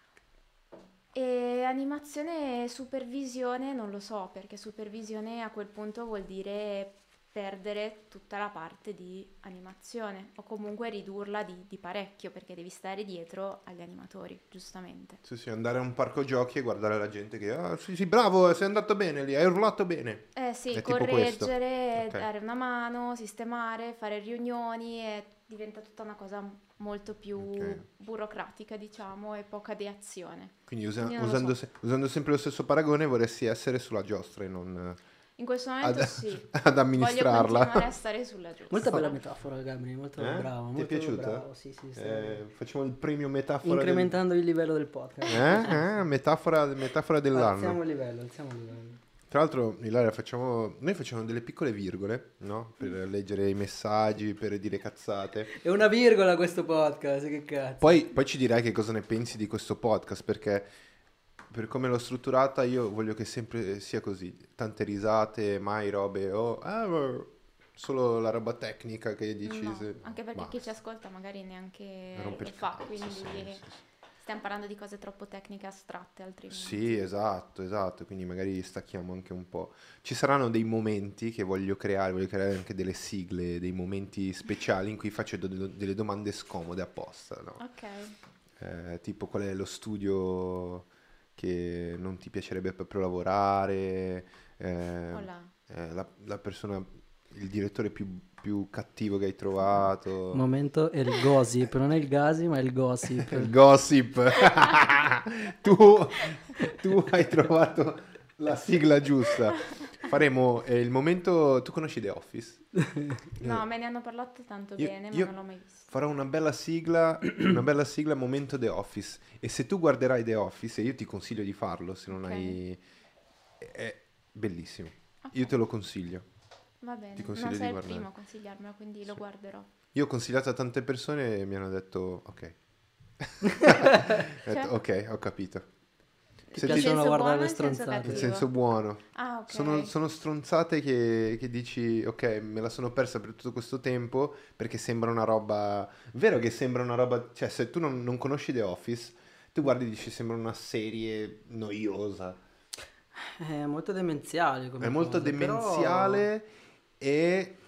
E animazione e supervisione non lo so, perché supervisione a quel punto vuol dire perdere tutta la parte di animazione o comunque ridurla di parecchio, perché devi stare dietro agli animatori, giustamente. Sì, andare a un parco giochi e guardare la gente che sì, bravo, sei andato bene lì, hai urlato bene. Sì, È tipo questo. correggere, Ok. dare una mano, sistemare, fare riunioni e diventa tutta una cosa molto più Ok. burocratica, diciamo, e poca di azione. Quindi Quindi non lo usando, so. usando sempre lo stesso paragone vorresti essere sulla giostra e non In questo momento ad, sì, ad voglio amministrarla. continuare a stare sulla giusta. Molto bella metafora, Gabri, molto bravo. Ti è Molto piaciuta? bravo, sì, stai Facciamo il premio metafora incrementando il livello del podcast. metafora dell'anno. Alziamo il livello, alziamo il livello. Tra l'altro, Ilaria, noi facciamo delle piccole virgole, no? Per leggere i messaggi, per dire cazzate. È una virgola questo podcast, che cazzo. Poi ci dirai che cosa ne pensi di questo podcast, perché per come l'ho strutturata io voglio che sempre sia così. Tante risate, mai robe, solo la roba tecnica che dici. No, anche perché chi ci basta. ascolta magari neanche Rompe lo il fa, cazzo, quindi sì. stiamo parlando di cose troppo tecniche astratte altrimenti. Sì, esatto, quindi magari stacchiamo anche un po'. Ci saranno dei momenti che voglio creare anche delle sigle, dei momenti speciali in cui faccio delle domande scomode apposta, no? Ok. Tipo qual è lo studio che non ti piacerebbe proprio lavorare, Olà. la persona, il direttore più cattivo che hai trovato. Momento è il gossip, non è il gasi, ma è il gossip. Il gossip. tu hai trovato la sigla giusta. Faremo il momento. Tu conosci The Office? No, me ne hanno parlato tanto Io- bene, ma io non l'ho mai visto. Farò una bella sigla momento The Office. E se tu guarderai The Office, e io ti consiglio di farlo se non Ok. hai. È bellissimo. Ok, Io te lo consiglio. va bene. ti consiglio Non di sei il guardare. primo a consigliarmelo, quindi lo guarderò. Io ho consigliato a tante persone e mi hanno detto ok. Ho detto, ok, ho capito. Ti Se In ti- piacciono senso guardare buono le o in senso stronzate? Nel cattivo? senso buono. Ah, ok. Sono stronzate che dici, ok, me la sono persa per tutto questo tempo perché sembra una roba. Vero che sembra una roba. Cioè, se tu non conosci The Office, tu guardi e dici sembra una serie noiosa. È molto demenziale come È molto cosa, però- demenziale e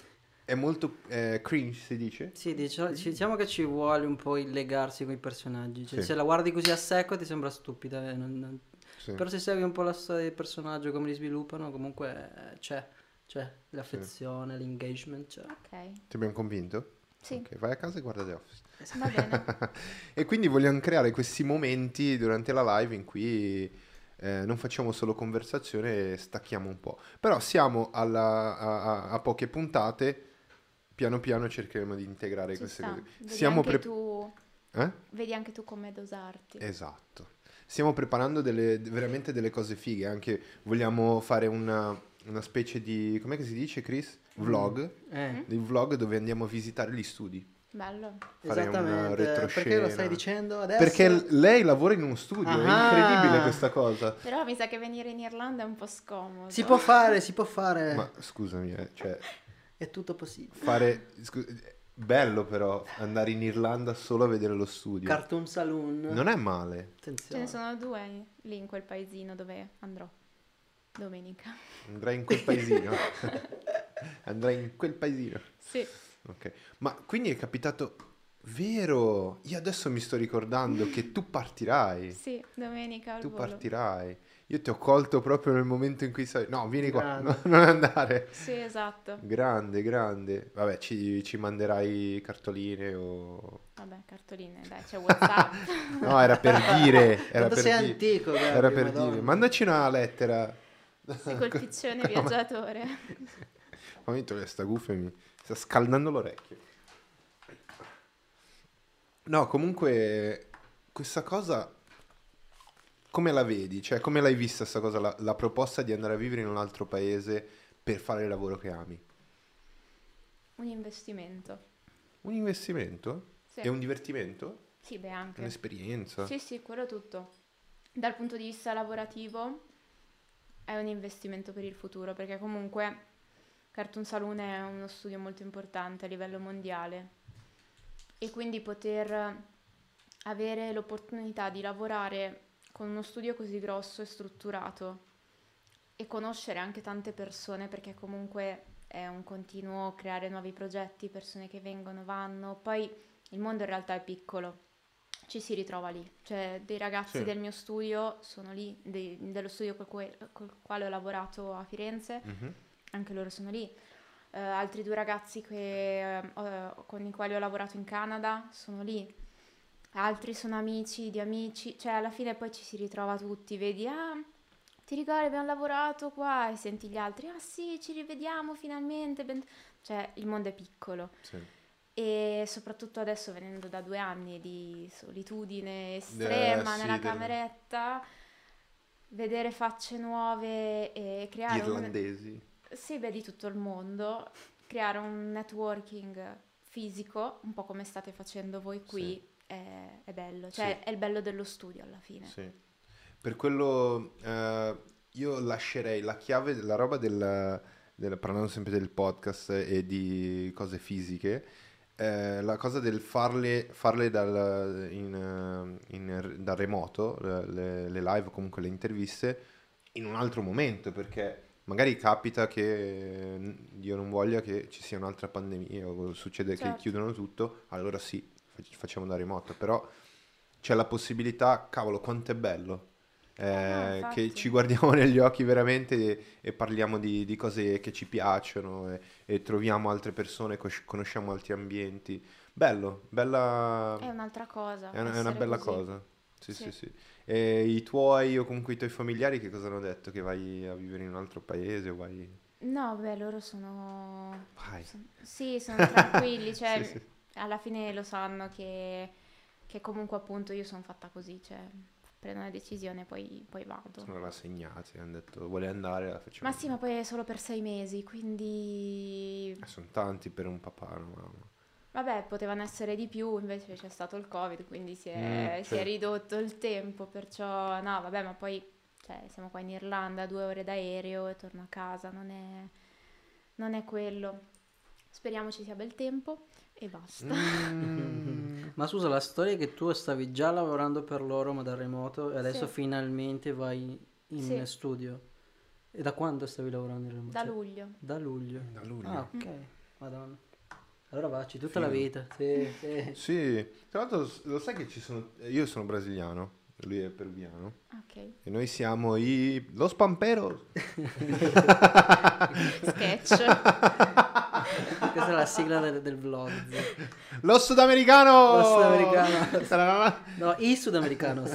è molto cringe, si dice? Sì, diciamo che ci vuole un po' il legarsi con i personaggi. Cioè, Sì. se la guardi così a secco ti sembra stupida. Sì. Però se segui un po' la storia del personaggio, come li sviluppano, comunque c'è l'affezione, l'engagement, c'è. Ok, Ti abbiamo convinto? sì, Ok, vai a casa e guarda The Office. va bene. E quindi vogliamo creare questi momenti durante la live in cui non facciamo solo conversazione e stacchiamo un po'. Però siamo a poche puntate, piano piano cercheremo di integrare Ci queste sta. cose. Vedi Siamo anche tu, Eh? vedi anche tu come dosarti. Esatto. Stiamo preparando veramente delle cose fighe. Anche vogliamo fare una specie di, com'è che si dice, Chris? Vlog. Dei vlog dove andiamo a visitare gli studi. Bello. Fare una Esattamente. Perché lo retroscena. stai dicendo adesso? Perché lei lavora in uno studio, è Ah. incredibile questa cosa. Però mi sa che venire in Irlanda è un po' scomodo. Si può fare. Ma scusami, cioè, È tutto possibile. bello però andare in Irlanda solo a vedere lo studio. Cartoon Saloon. Non è male. Ce Attenzione. ne sono 2 lì in quel paesino dove andrò domenica. Andrai in quel paesino. Andrai in quel paesino. Sì. Ok. Ma quindi è capitato, vero? Io adesso mi sto ricordando che tu partirai. Sì, domenica al Tu volo. partirai. Io ti ho colto proprio nel momento in cui sai. No, vieni qua. Grande. No, non andare. Sì, esatto. Grande, grande. Vabbè, ci manderai cartoline o. Vabbè, cartoline, dai, c'è WhatsApp. No, era per dire. Era Quanto per sei dire. antico, Gabri, Era per Madonna. dire. Mandaci una lettera. Sì, col piccione viaggiatore. Fammi togliere sta cuffia e mi sta scaldando l'orecchio. No, comunque, questa cosa, come la vedi? Cioè, come l'hai vista sta cosa, la proposta di andare a vivere in un altro paese per fare il lavoro che ami? Un investimento. Un investimento? Sì. È un divertimento? Sì, beh, anche. Un'esperienza? Sì, sì, quello tutto. Dal punto di vista lavorativo è un investimento per il futuro, perché comunque Cartoon Saloon è uno studio molto importante a livello mondiale e quindi poter avere l'opportunità di lavorare con uno studio così grosso e strutturato e conoscere anche tante persone, perché comunque è un continuo creare nuovi progetti, persone che vengono, vanno, poi il mondo in realtà è piccolo. Ci si ritrova lì, cioè dei ragazzi Sì. del mio studio sono lì, dello studio col quale ho lavorato a Firenze, Mhm. anche loro sono lì. Altri 2 ragazzi con i quali ho lavorato in Canada sono lì. Altri sono amici di amici, cioè alla fine poi ci si ritrova tutti, vedi, ti ricordi abbiamo lavorato qua e senti gli altri, sì, ci rivediamo finalmente, cioè il mondo è piccolo. Sì. E soprattutto adesso venendo da 2 anni di solitudine estrema sì, nella cameretta, vedere facce nuove e creare Irlandesi. sì, beh, di tutto il mondo, creare un networking fisico, un po' come state facendo voi qui, è bello, cioè Sì. è il bello dello studio alla fine. Sì. Per quello io lascerei la chiave della roba parlando sempre del podcast e di cose fisiche, la cosa del farle da remoto, le live o comunque le interviste, in un altro momento, perché magari capita che Dio non voglia che ci sia un'altra pandemia o succede che Certo. chiudono tutto, allora sì, facciamo da remoto, però c'è la possibilità, cavolo, quanto è bello. Che infatti. ci guardiamo negli occhi veramente e parliamo di cose che ci piacciono e troviamo altre persone, conosciamo altri ambienti. Bello, bella, È un'altra cosa. è una essere bella così. cosa. Sì, sì, Sì. sì. E i tuoi o comunque i tuoi familiari che cosa hanno detto? Che vai a vivere in un altro paese o vai. No, beh, loro sono... Vai. Sì, sono tranquilli, cioè Sì, sì. alla fine lo sanno che comunque appunto io sono fatta così, cioè prendo una decisione e poi vado. Sono rassegnati, hanno detto vuole andare, la facciamo. Ma sì, ma poi è solo per 6 mesi, quindi Sono tanti per un papà, una mamma. vabbè, potevano essere di più, invece c'è stato il Covid, quindi si è sì. ridotto il tempo, perciò no, vabbè, ma poi cioè, siamo qua in Irlanda, 2 ore d'aereo e torno a casa, non è quello. Speriamo ci sia bel tempo e basta. Ma scusa, la storia è che tu stavi già lavorando per loro ma da remoto e adesso Sì. finalmente vai in Sì. studio. E da quando stavi lavorando in remoto? Da Cioè, luglio. da luglio. Da luglio. Ah, ok. Madonna. Allora vacci tutta la Figo. vita. Sì. Sì, tra l'altro lo sai che ci sono... Io sono brasiliano, lui è peruviano, Ok. e noi siamo Los Pamperos. Sketch. Questa è la sigla del vlog. Los Sudamericanos! Los Sudamericanos. Tararara. No, i sudamericanos.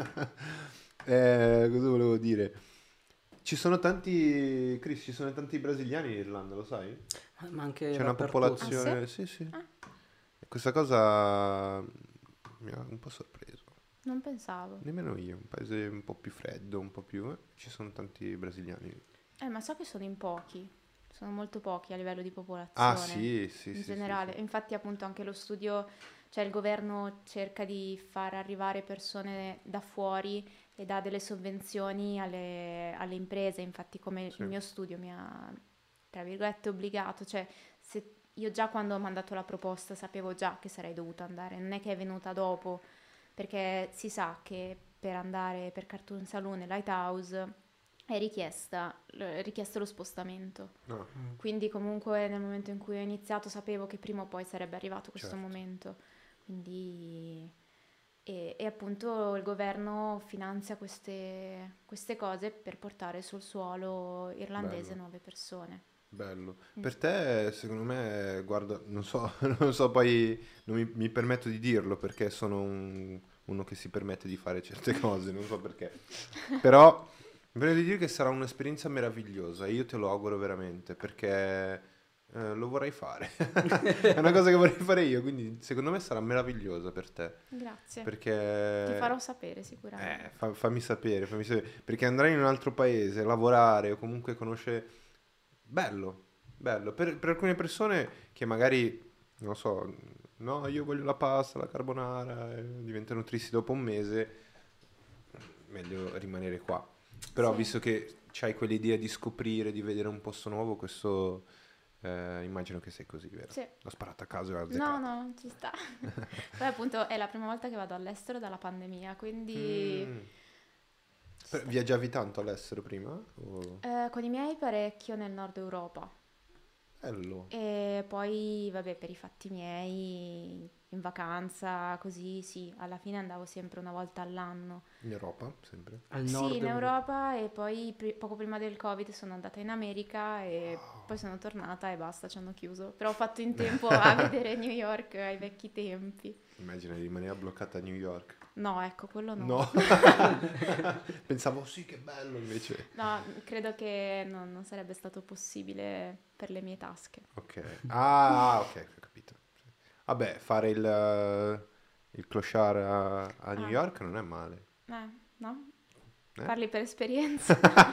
Cosa volevo dire? Ci sono tanti, Chris, ci sono tanti brasiliani in Irlanda, lo sai? Ma anche C'è una dappertutto. popolazione, sì, sì. E questa cosa mi ha un po' sorpreso. Non pensavo. Nemmeno io, un paese un po' più freddo, un po' più... ci sono tanti brasiliani. Ma so che sono in pochi. Sono molto pochi a livello di popolazione. Ah, sì, sì, In sì, generale. sì, sì. Infatti, appunto, anche lo studio, cioè il governo cerca di far arrivare persone da fuori e dà delle sovvenzioni alle imprese. Infatti, come Sì. il mio studio mi ha, tra virgolette, obbligato. Cioè, se io già quando ho mandato la proposta sapevo già che sarei dovuta andare. Non è che è venuta dopo, perché si sa che per andare per Cartoon Saloon e Lighthouse è richiesto lo spostamento. No, Quindi comunque nel momento in cui ho iniziato sapevo che prima o poi sarebbe arrivato questo certo. momento. Quindi e appunto il governo finanzia queste cose per portare sul suolo irlandese Bello. nuove persone. Bello. Per te, secondo me, guarda, non so, non so, poi non mi permetto di dirlo perché sono uno che si permette di fare certe cose, non so perché. Però mi permetto di dire che sarà un'esperienza meravigliosa e io te lo auguro veramente perché lo vorrei fare. È una cosa che vorrei fare io, quindi secondo me sarà meravigliosa per te. Grazie. Perché... Ti farò sapere sicuramente. fammi sapere, perché andrai in un altro paese, lavorare o comunque conoscere... Bello, bello. Per alcune persone che magari, non so, no, io voglio la pasta, la carbonara, diventano tristi dopo un mese, meglio rimanere qua. Però Sì. visto che c'hai quell'idea di scoprire, di vedere un posto nuovo, questo immagino che sei così, vero? Sì. L'ho sparata a caso e l'ho No, azzeccata. no, ci sta. Poi appunto è la prima volta che vado all'estero dalla pandemia, quindi Mm. ci sta. Viaggiavi tanto all'estero prima? O... Con i miei parecchio nel nord Europa Bello. e poi vabbè per i fatti miei in vacanza così sì, alla fine andavo sempre una volta all'anno. In Europa, sempre. Al Sì, nord in Europa e poi poco prima del Covid sono andata in America e poi sono tornata e basta, ci hanno chiuso. Però ho fatto in tempo a vedere New York ai vecchi tempi. Immagina di rimanere bloccata a New York. No, ecco, quello no. No. Pensavo sì, che bello invece. No, credo che non sarebbe stato possibile per le mie tasche. Ok. Ah, ok, ho capito. Vabbè, fare il clochard a New Ah. York non è male. No? Eh? Parli per esperienza?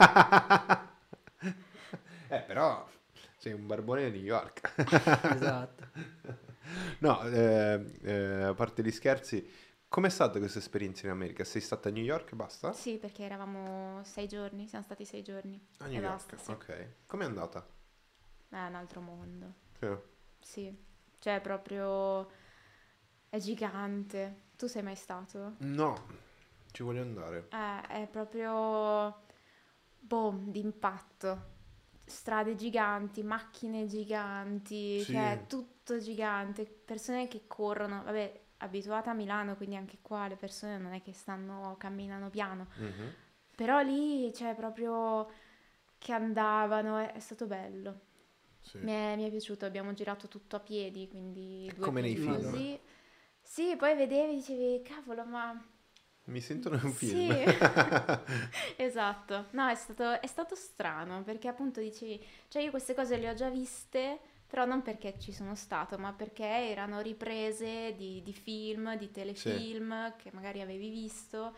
Però sei un barbone di New York. Esatto. No, a parte gli scherzi, com'è stata questa esperienza in America? Sei stata a New York e basta? Sì, perché eravamo 6 giorni, siamo stati 6 giorni. A New E York, basta, sì. ok. Com'è andata? È un altro mondo. Sì. Sì, cioè proprio è gigante. Tu sei mai stato? No, ci voglio andare. È proprio boom, d'impatto. Strade giganti, macchine giganti, Sì. cioè tutto gigante, persone che corrono, vabbè, abituata a Milano, quindi anche qua le persone non è che camminano piano, Mhm. però lì c'è proprio che andavano, è stato bello. Sì. Mi è piaciuto, abbiamo girato tutto a piedi, quindi due Come nei piedi film. così. Sì, poi vedevi, dicevi, cavolo, ma Mi sentono in un sì, film. esatto. No, è stato strano perché appunto dicevi, cioè io queste cose le ho già viste, però non perché ci sono stato, ma perché erano riprese di film, di telefilm che magari avevi visto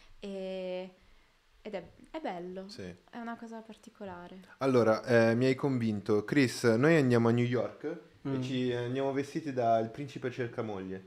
ed è bello, Sì. è una cosa particolare. Allora, mi hai convinto. Chris, noi andiamo a New York e Mm. ci andiamo vestiti da Il Principe Cercamoglie.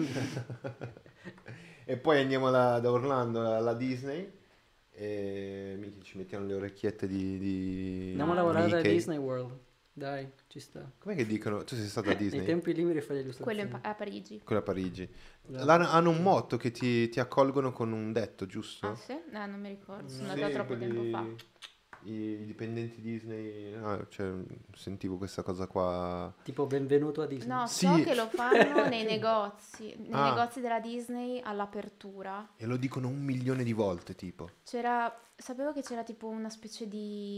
E poi andiamo da Orlando alla Disney e minchia, ci mettiamo le orecchiette di Andiamo a lavorare da Mickey. Disney World. Dai, ci sta. Com'è che dicono? Tu sei stato a Nei Disney? tempi limiti fai le Quello illustrazioni. a Parigi. Quella a Parigi. Esatto. Hanno un motto che ti accolgono con un detto, giusto? Ah sì? Non mi ricordo, sono Sì, andata troppo quelli- tempo fa. i dipendenti Disney, cioè, sentivo questa cosa qua. Tipo benvenuto a Disney. No, Sì. so che lo fanno nei negozi Ah. negozi della Disney all'apertura. E lo dicono 1 milione di volte, tipo. Sapevo che c'era tipo una specie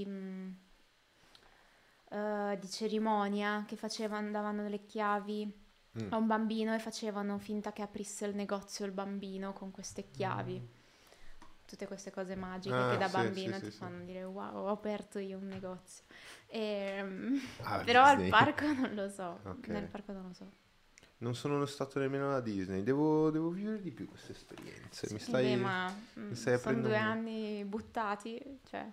di cerimonia che davano le chiavi a un bambino e facevano finta che aprisse il negozio il bambino con queste chiavi. Tutte queste cose magiche che da sì, bambino sì, ti sì, fanno dire wow, ho aperto io un negozio. Ah, Però al Disney. parco non lo so. Ok. Nel parco non lo so. Non sono stato nemmeno alla Disney. Devo vivere di più queste esperienze. Mi Sì, stai... beh, ma mi stai sono aprendo 2 un- anni buttati, cioè.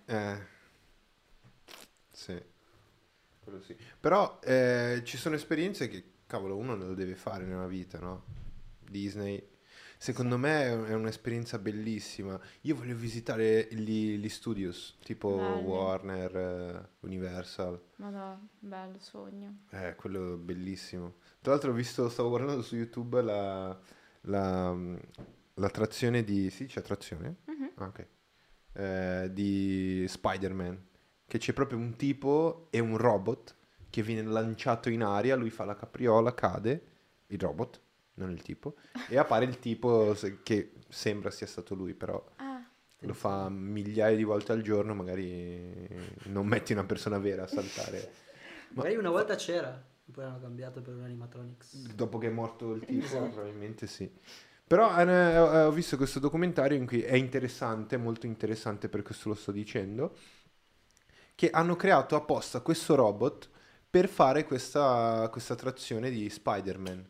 Sì, quello sì. Però ci sono esperienze che, cavolo, uno lo deve fare nella vita, no? Disney. Secondo me è un'esperienza bellissima. Io voglio visitare gli studios, tipo Belli. Warner, Universal. Madò, bello sogno. Quello è bellissimo. Tra l'altro stavo guardando su YouTube la- l'attrazione di... Si dice attrazione? Mhm. Ah, ok. Di Spider-Man, che c'è proprio un tipo e un robot che viene lanciato in aria, lui fa la capriola, cade, il robot, non il tipo, e appare il tipo che sembra sia stato lui, però Ah, lo fa migliaia di volte al giorno, magari non metti una persona vera a saltare. Magari una volta c'era, poi hanno cambiato per un animatronics. Dopo che è morto il tipo, Esatto. probabilmente sì. Però ho visto questo documentario in cui è interessante, molto interessante, per questo lo sto dicendo, che hanno creato apposta questo robot per fare questa attrazione di Spider-Man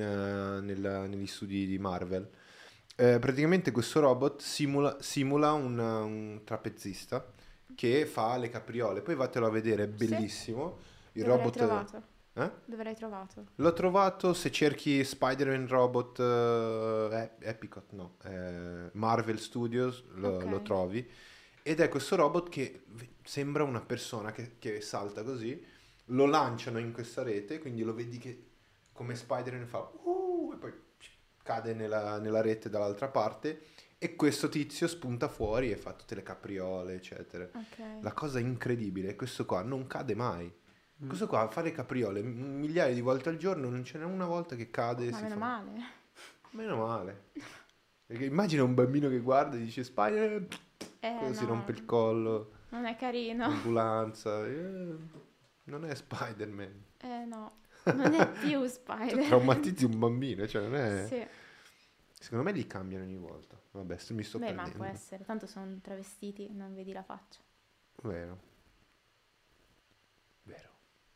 negli studi di Marvel. Praticamente questo robot simula un trapezzista che fa le capriole. Poi vatelo a vedere, è Sì. bellissimo. Il dove l'hai robot... trovato? Eh? Dove l'hai trovato? L'ho trovato se cerchi Spider-Man Robot Epicot, no, Marvel Studios lo Ok. trovi. Ed è questo robot che sembra una persona che salta così, lo lanciano in questa rete, quindi lo vedi che come Spider-Man fa e poi cade nella rete dall'altra parte e questo tizio spunta fuori e fa tutte le capriole, eccetera. Ok. La cosa incredibile è questo qua non cade mai. Mm. Questo qua fa le capriole migliaia di volte al giorno, non ce n'è una volta che cade e Ma si meno fa. male. Meno male. Perché immagina un bambino che guarda e dice Spider, quello si No, rompe il collo, non è carino. ambulanza. Non è Spider-Man. No, non è più Cioè, Spider. traumatizzi un bambino, cioè non è... Sì. Secondo me li cambiano ogni volta. Vabbè, mi sto Beh, ma perdendo. può essere, tanto sono travestiti, non vedi la faccia. Vero. Vero.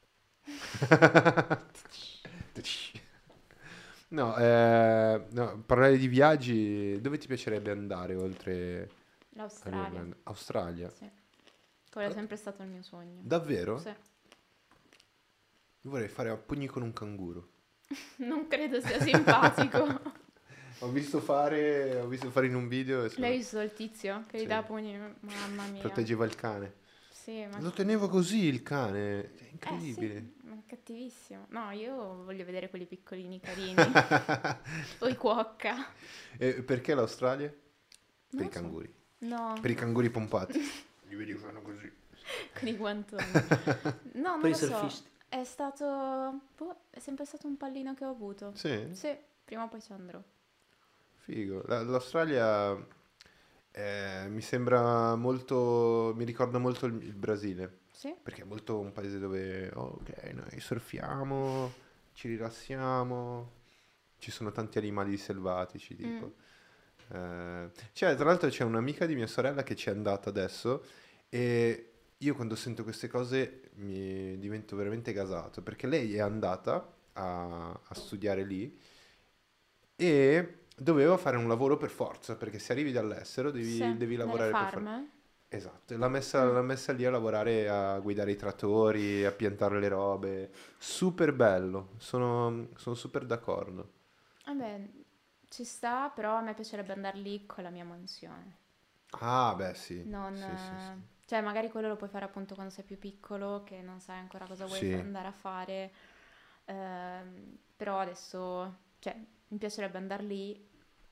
No, parlare di viaggi, dove ti piacerebbe andare oltre L'Australia. all'Irlanda? Australia? Sì. Quello è sempre stato il mio sogno. Davvero? Sì. Io vorrei fare a pugni con un canguro. Non credo sia simpatico. Ho visto fare in un video e L'hai visto il tizio che Sì. gli dà pugni? Mamma mia. proteggeva il cane. Sì, ma Lo tenevo così il cane, è incredibile. sì, ma è cattivissimo. No, io voglio vedere quelli piccolini carini. O i cuocca. E perché l'Australia? Per Non i lo so. canguri. No, Per i canguri pompati. Li vedi che fanno così. con i guantoni. No, non Poi i lo so. surfisti. È stato... è sempre stato un pallino che ho avuto. Sì, Sì, prima o poi ci andrò. figo. L'Australia mi sembra molto, mi ricorda molto il Brasile. Sì? Perché è molto un paese dove, ok, noi surfiamo, ci rilassiamo, ci sono tanti animali selvatici, tipo. Tra l'altro c'è un'amica di mia sorella che ci è andata adesso e io quando sento queste cose mi divento veramente gasato, perché lei è andata a studiare lì e doveva fare un lavoro per forza, perché se arrivi dall'estero devi Sì, devi nelle lavorare per forza. farm. Esatto, e l'ha messa lì a lavorare, a guidare i trattori, a piantare le robe. Super bello, sono super d'accordo. Vabbè, ci sta, però a me piacerebbe andare lì con la mia mansione. Ah, beh, sì. Non... Sì, sì, Cioè, magari quello lo puoi fare appunto quando sei più piccolo, che non sai ancora cosa vuoi Sì. andare a fare. Però adesso, cioè, mi piacerebbe andare lì,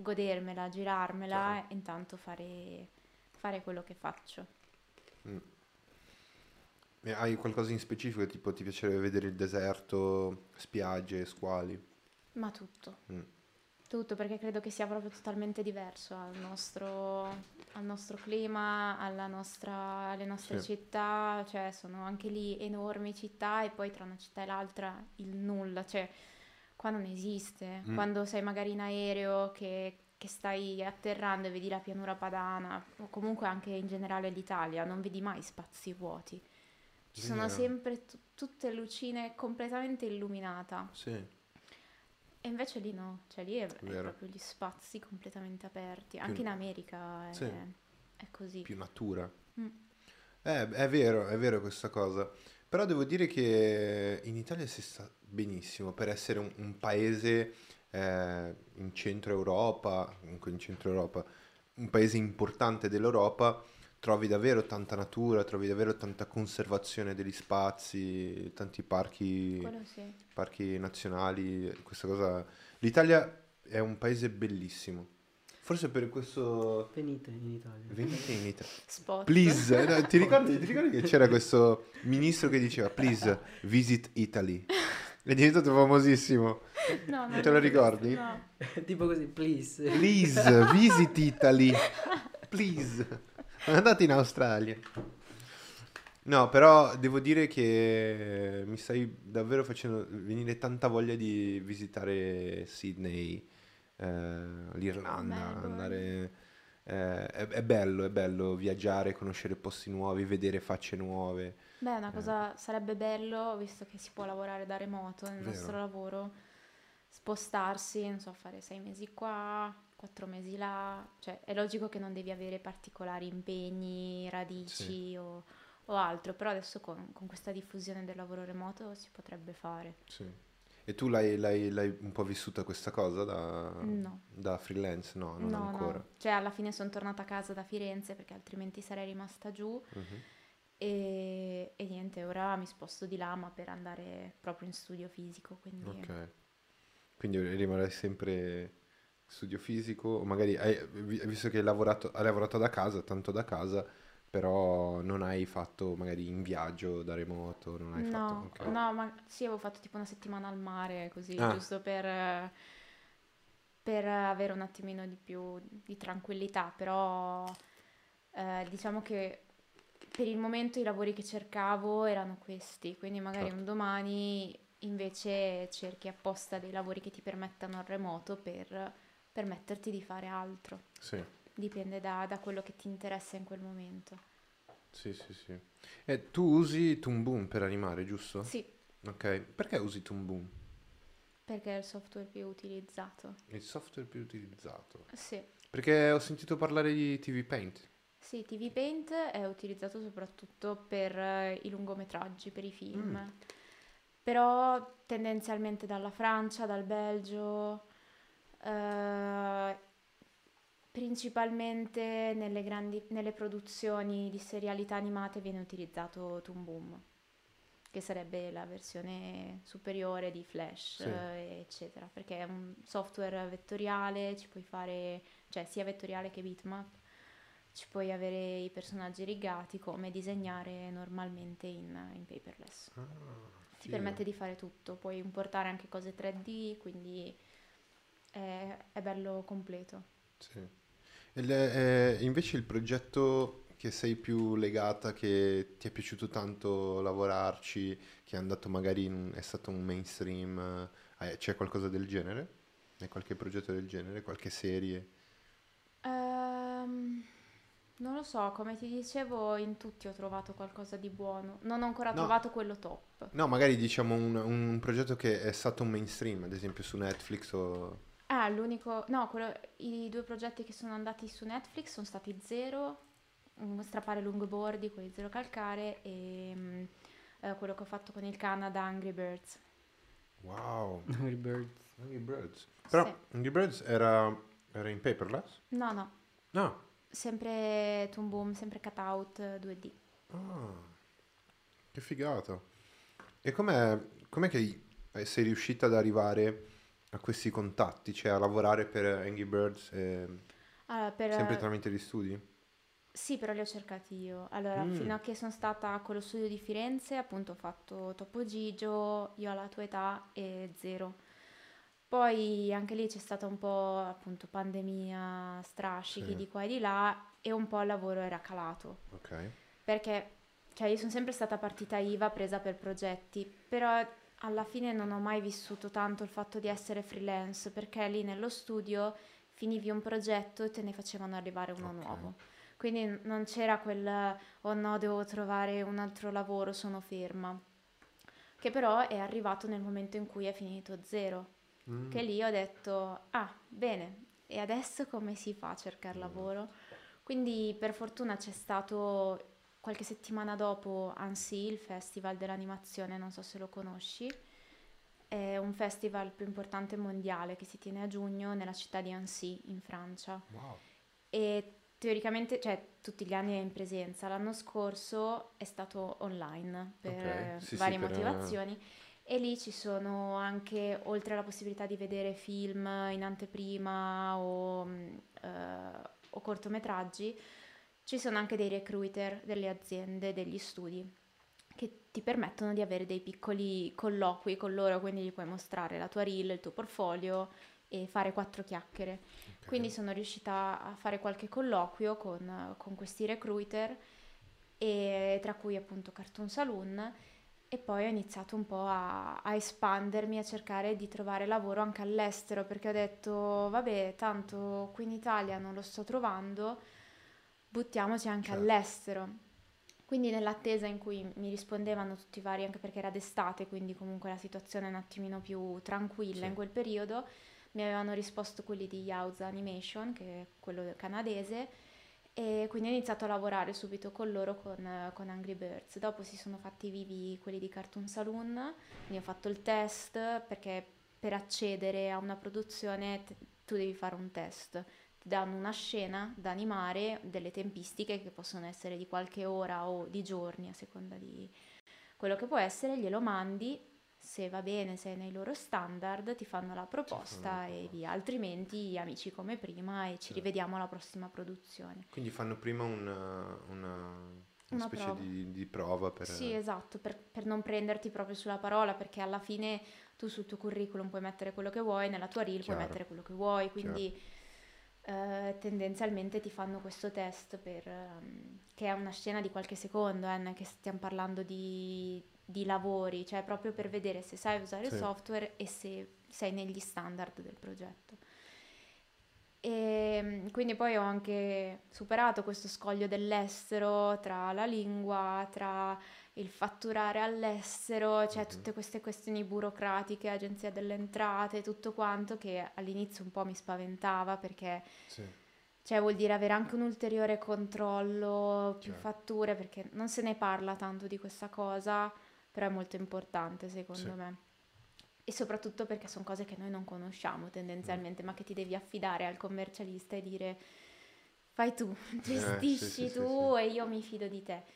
godermela, girarmela Chiaro. e intanto fare quello che faccio. Mm. E hai qualcosa in specifico, tipo ti piacerebbe vedere il deserto, spiagge, squali? Ma tutto. Mm. Tutto, perché credo che sia proprio totalmente diverso al nostro clima, alle nostre Sì. città, cioè sono anche lì enormi città e poi tra una città e l'altra il nulla, cioè qua non esiste. Mm. Quando sei magari in aereo che stai atterrando e vedi la pianura padana, o comunque anche in generale l'Italia, non vedi mai spazi vuoti. Ci sono Vero. sempre tutte lucine completamente illuminata. Sì, E invece lì no, cioè lì è vero. proprio gli spazi completamente aperti. Anche Più, in America sì, è così. più natura. Mm. È vero questa cosa. Però devo dire che in Italia si sta benissimo per essere un paese in centro Europa, comunque in centro Europa, un paese importante dell'Europa, trovi davvero tanta natura, trovi davvero tanta conservazione degli spazi, tanti parchi, Quello sì. parchi nazionali, questa cosa. L'Italia è un paese bellissimo. Forse per questo Venite in Italia. venite in Italia. Spot. Please, no, ti ricordi che c'era questo ministro che diceva please visit Italy? È diventato famosissimo. No, non Te lo l'ho ricordi? visto, no. Tipo così, please. Please visit Italy. Please. Andate in Australia. No, però devo dire che mi stai davvero facendo venire tanta voglia di visitare Sydney, l'Irlanda, Melbourne. andare... è bello viaggiare, conoscere posti nuovi, vedere facce nuove. Beh, una Eh, cosa sarebbe bello, visto che si può lavorare da remoto nel nostro vero? lavoro, spostarsi, non so, fare 6 mesi qua, 4 mesi là. Cioè, è logico che non devi avere particolari impegni, Sì, radici o altro, però adesso con questa diffusione del lavoro remoto si potrebbe fare. sì. E tu l'hai un po' vissuta questa cosa No, da freelance? No, non no, ancora. no. Cioè, alla fine sono tornata a casa da Firenze perché altrimenti sarei rimasta giù Mhm. e niente, ora mi sposto di là, ma per andare proprio in studio fisico, quindi... Ok. Quindi rimarrai sempre studio fisico, o magari visto che hai lavorato da casa, tanto da casa, però non hai fatto magari in viaggio da remoto, non hai fatto... No, Ok. no, ma sì, avevo fatto tipo una settimana al mare, così, Ah, giusto per avere un attimino di più di tranquillità, però diciamo che per il momento i lavori che cercavo erano questi, quindi magari un certo, domani invece cerchi apposta dei lavori che ti permettano il remoto per permetterti di fare altro. sì, Dipende da quello che ti interessa in quel momento. sì, sì, sì. E tu usi Toon Boom per animare, giusto? Sì, Ok, perché usi Toon Boom? perché è il software più utilizzato. Il software più utilizzato. Sì. Perché ho sentito parlare di TV Paint. Sì, TV Paint è utilizzato soprattutto per i lungometraggi, per i Mm, film, però tendenzialmente dalla Francia, dal Belgio, eh, principalmente nelle produzioni di serialità animate viene utilizzato Toon Boom, che sarebbe la versione superiore di Flash, sì. eccetera, perché è un software vettoriale, ci puoi fare, cioè sia vettoriale che bitmap, ci puoi avere i personaggi rigati come disegnare normalmente in paperless. Ah, Ti figo. permette di fare tutto, puoi importare anche cose 3D, quindi è bello completo. Sì. Invece il progetto che sei più legata, che ti è piaciuto tanto lavorarci, che è andato magari è stato un mainstream, c'è qualcosa del genere? Hai qualche progetto del genere? Qualche serie? Ehm, Non lo so, come ti dicevo, in tutti ho trovato qualcosa di buono. Non ho ancora No, trovato quello top. no, magari diciamo un progetto che è stato un mainstream, ad esempio su Netflix o... Ah, l'unico... No, i due progetti che sono andati su Netflix sono stati Zero, strappare lungboardi, quelli Zero calcare, e quello che ho fatto con il Canada, Angry Birds. Wow, Angry Birds. Angry Birds. Sì. Però Angry Birds era in paperless? No, no, No. sempre Toon Boom, sempre cutout 2D. Ah, che figata. E com'è che sei riuscita ad arrivare a questi contatti, cioè a lavorare per Angry Birds Allora, sempre tramite gli studi? Sì, però li ho cercati io. Allora, Mm, fino a che sono stata con lo studio di Firenze, appunto ho fatto Topo Gigio, Io alla tua età e Zero. Poi anche lì c'è stata un po' appunto pandemia, sì, strascichi di qua e di là e un po' il lavoro era calato. ok, Perché, cioè, io sono sempre stata partita IVA presa per progetti, però alla fine non ho mai vissuto tanto il fatto di essere freelance, perché lì nello studio finivi un progetto e te ne facevano arrivare uno ok. nuovo. Quindi non c'era quel, oh no, devo trovare un altro lavoro, sono ferma. Che però è arrivato nel momento in cui è finito Zero, che Mm, lì ho detto, ah, bene, e adesso come si fa a cercare mm, lavoro? Quindi per fortuna c'è stato qualche settimana dopo Annecy, il Festival dell'animazione, non so se lo conosci, è un festival più importante mondiale che si tiene a giugno nella città di Annecy, in Francia. wow, E teoricamente, cioè tutti gli anni è in presenza, l'anno scorso è stato online per ok, sì, sì, varie per... motivazioni e lì ci sono anche, oltre alla possibilità di vedere film in anteprima o cortometraggi, ci sono anche dei recruiter delle aziende, degli studi che ti permettono di avere dei piccoli colloqui con loro, quindi gli puoi mostrare la tua reel, il tuo portfolio e fare quattro chiacchiere. Quindi ok, sono riuscita a fare qualche colloquio con questi recruiter, e tra cui appunto Cartoon Saloon, e poi ho iniziato un po' a espandermi, a cercare di trovare lavoro anche all'estero, perché ho detto, vabbè, tanto qui in Italia non lo sto trovando, buttiamoci anche certo, all'estero. Quindi nell'attesa in cui mi rispondevano tutti i vari, anche perché era d'estate, quindi comunque la situazione è un attimino più tranquilla sì, in quel periodo, mi avevano risposto quelli di Yauza Animation, che è quello canadese, e quindi ho iniziato a lavorare subito con loro con Angry Birds. Dopo si sono fatti vivi quelli di Cartoon Saloon, quindi ho fatto il test perché per accedere a una produzione tu devi fare un test. Ti danno una scena da animare, delle tempistiche che possono essere di qualche ora o di giorni a seconda di quello che può essere, glielo mandi, se va bene, se è nei loro standard, ti fanno la ti fanno la proposta e via, proposta, altrimenti amici come prima e ci certo. rivediamo alla prossima produzione. Quindi fanno prima una Una specie prova. di prova Sì, per... esatto, per non prenderti proprio sulla parola, perché alla fine tu sul tuo curriculum puoi mettere quello che vuoi, nella tua reel puoi Chiaro, mettere quello che vuoi, chiaro. quindi tendenzialmente ti fanno questo test che è una scena di qualche secondo, non è che stiamo parlando di lavori, cioè proprio per vedere se sai usare il Sì, software e se sei negli standard del progetto. E quindi poi ho anche superato questo scoglio dell'estero tra la lingua, tra il fatturare all'estero, cioè mhm, tutte queste questioni burocratiche, agenzia delle entrate, tutto quanto che all'inizio un po' mi spaventava perché sì, cioè vuol dire avere anche un ulteriore controllo, più chiaro, fatture, perché non se ne parla tanto di questa cosa, però è molto importante sì, secondo me. E soprattutto perché sono cose che noi non conosciamo mm. tendenzialmente, ma che ti devi affidare al commercialista e dire fai tu, Sì, sì, gestisci sì, sì. tu e io mi fido di te.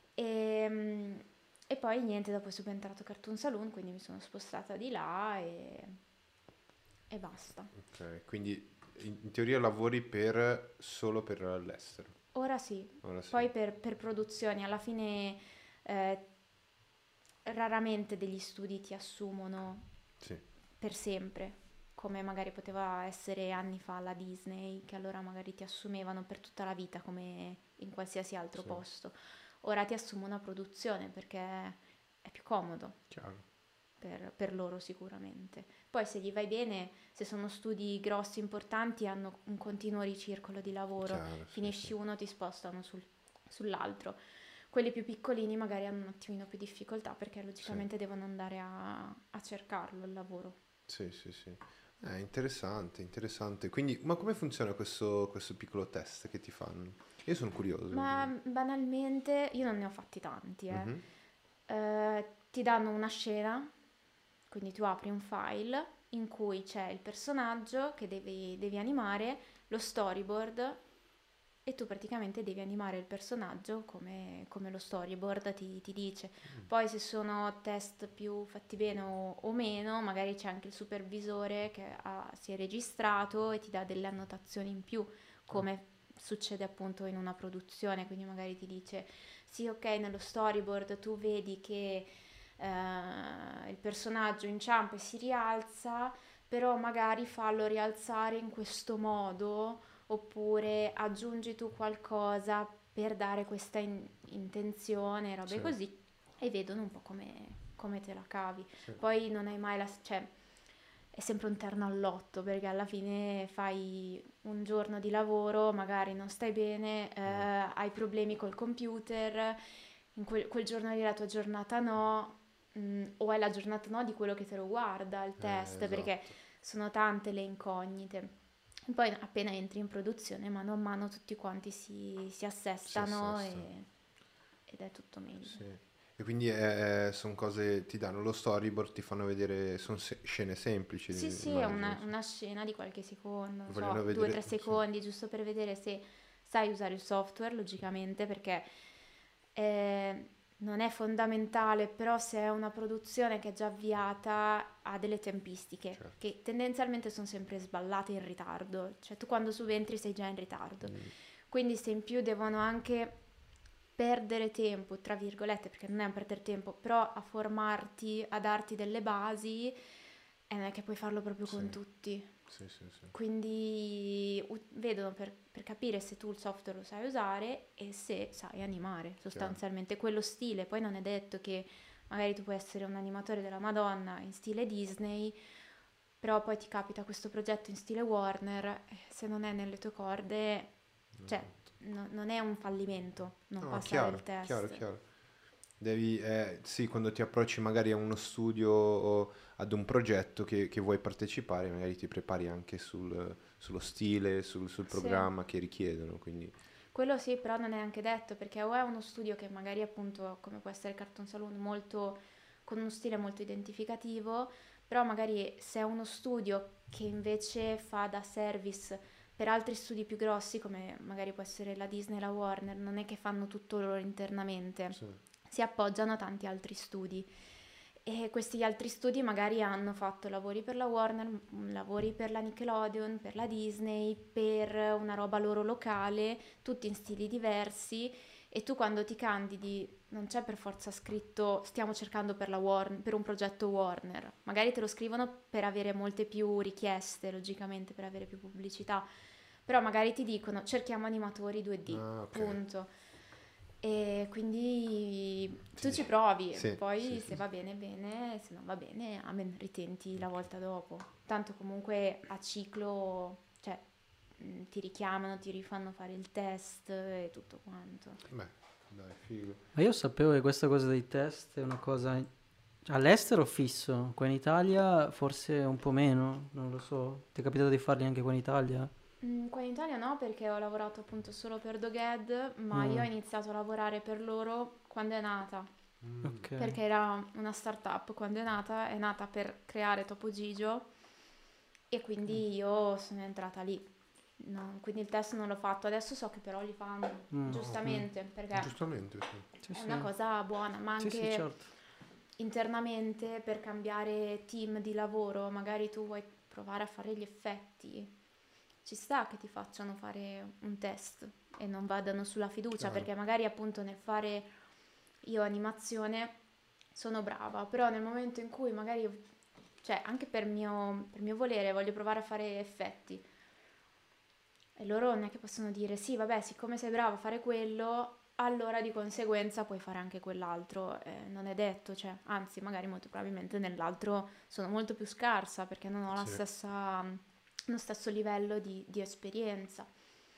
E poi niente, dopo è subentrato Cartoon Saloon, quindi mi sono spostata di là e basta. Ok, quindi in teoria lavori solo per l'estero, Ora sì, ora sì, poi per produzioni, alla fine eh, raramente degli studi ti assumono sì, per sempre, come magari poteva essere anni fa la Disney, che allora magari ti assumevano per tutta la vita come in qualsiasi altro sì, posto. Ora ti assumono a produzione perché è più comodo chiaro, per loro sicuramente. Poi se gli vai bene, se sono studi grossi, importanti, hanno un continuo ricircolo di lavoro, chiaro, sì, sì, finisci uno, ti spostano sull'altro. Quelli più piccolini magari hanno un attimino più difficoltà perché sì, logicamente devono andare a cercarlo il lavoro. sì, sì, sì. Interessante, interessante. Quindi, ma come funziona questo piccolo test che ti fanno? Io sono curioso. Ma banalmente, io non ne ho fatti tanti, Mhm, Ti danno una scena, quindi tu apri un file in cui c'è il personaggio che devi animare, lo storyboard, e tu praticamente devi animare il personaggio come lo storyboard ti dice. Poi se sono test più fatti bene o meno, magari c'è anche il supervisore che si è registrato e ti dà delle annotazioni in più, ah, come succede appunto in una produzione, quindi magari ti dice sì, ok, nello storyboard tu vedi che il personaggio inciampa e si rialza, però magari fallo rialzare in questo modo, oppure aggiungi tu qualcosa per dare questa intenzione, robe Sì, così, e vedono un po' come te la cavi. sì. Poi non hai mai cioè, è sempre un terno al lotto, perché alla fine fai un giorno di lavoro, magari non stai bene, hai problemi col computer, in quel giorno lì la tua giornata no, o è la giornata no di quello che te lo guarda il test, perché Esatto. sono tante le incognite. E poi appena entri in produzione, mano a mano tutti quanti si Si assestano assesta. ed è tutto meglio. Sì. E quindi sono cose, ti danno lo storyboard, ti fanno vedere, sono scene semplici, Sì, sì, è immagino. Sì. una scena di qualche secondo, non Vogliono so, 2-3 vedere, sì. secondi, giusto per vedere se sai usare il software, logicamente, perché non è fondamentale, però se è una produzione che è già avviata ha delle tempistiche Certo. che tendenzialmente sono sempre sballate in ritardo, cioè tu quando subentri sei già in ritardo, Mm. quindi se in più devono anche perdere tempo, tra virgolette, perché non è un perdere tempo, però a formarti, a darti delle basi, e non è che puoi farlo proprio Sì, con tutti. sì, sì, sì. Quindi vedono per capire se tu il software lo sai usare e se sai animare, Chiaro. sostanzialmente quello stile. Poi non è detto che magari tu puoi essere un animatore della Madonna in stile Disney, però poi ti capita questo progetto in stile Warner, se non è nelle tue corde, cioè Esatto. non è un fallimento non No, passare il chiaro, chiaro, test. chiaro. Devi, sì, quando ti approcci magari a uno studio o ad un progetto che vuoi partecipare, magari ti prepari anche sullo stile, sul Sì. programma che richiedono, quindi Quello sì, però non è anche detto perché o è uno studio che magari appunto come può essere Cartoon Saloon molto con uno stile molto identificativo, però magari se è uno studio che invece fa da service per altri studi più grossi come magari può essere la Disney e la Warner, non è che fanno tutto loro internamente, sì, si appoggiano a tanti altri studi. E questi altri studi magari hanno fatto lavori per la Warner, lavori per la Nickelodeon, per la Disney, per una roba loro locale, tutti in stili diversi. E tu quando ti candidi non c'è per forza scritto stiamo cercando per la Warner, per un progetto Warner. Magari te lo scrivono per avere molte più richieste, logicamente, per avere più pubblicità. Però magari ti dicono cerchiamo animatori 2D, ah, ok, punto. E quindi ti tu di- ci provi, sì, sì, poi sì, se sì. va bene bene, se non va bene, amen, ritenti la Ok. volta dopo. Tanto comunque a ciclo, cioè ti richiamano, ti rifanno fare il test e tutto quanto. Beh, dai, figo. Ma io sapevo che questa cosa dei test è una cosa all'estero fisso, qua in Italia forse un po' meno, non lo so. Ti è capitato di farli anche qua in Italia? Qua in Italia no, perché ho lavorato appunto solo per Doged, ma io ho Mm, iniziato a lavorare per loro quando è nata, Mm, ok. perché era una startup quando è nata per creare Topo Gigio e quindi io sono entrata lì. No, quindi il test non l'ho fatto, adesso so che però li fanno, Mm, no, mm. giustamente, perché giustamente, sì. Sì, è sì. una cosa buona, ma Sì, sì, anche certo. internamente per cambiare team di lavoro, magari tu vuoi provare a fare gli effetti, ci sta che ti facciano fare un test e non vadano sulla fiducia, Chiaro. perché magari appunto nel fare io animazione sono brava, però nel momento in cui magari, cioè anche per mio volere voglio provare a fare effetti e loro non è che possono dire sì, vabbè, siccome sei bravo a fare quello, allora di conseguenza puoi fare anche quell'altro. Non è detto, cioè, anzi, magari molto probabilmente nell'altro sono molto più scarsa perché non ho Sì, lo stesso livello di esperienza.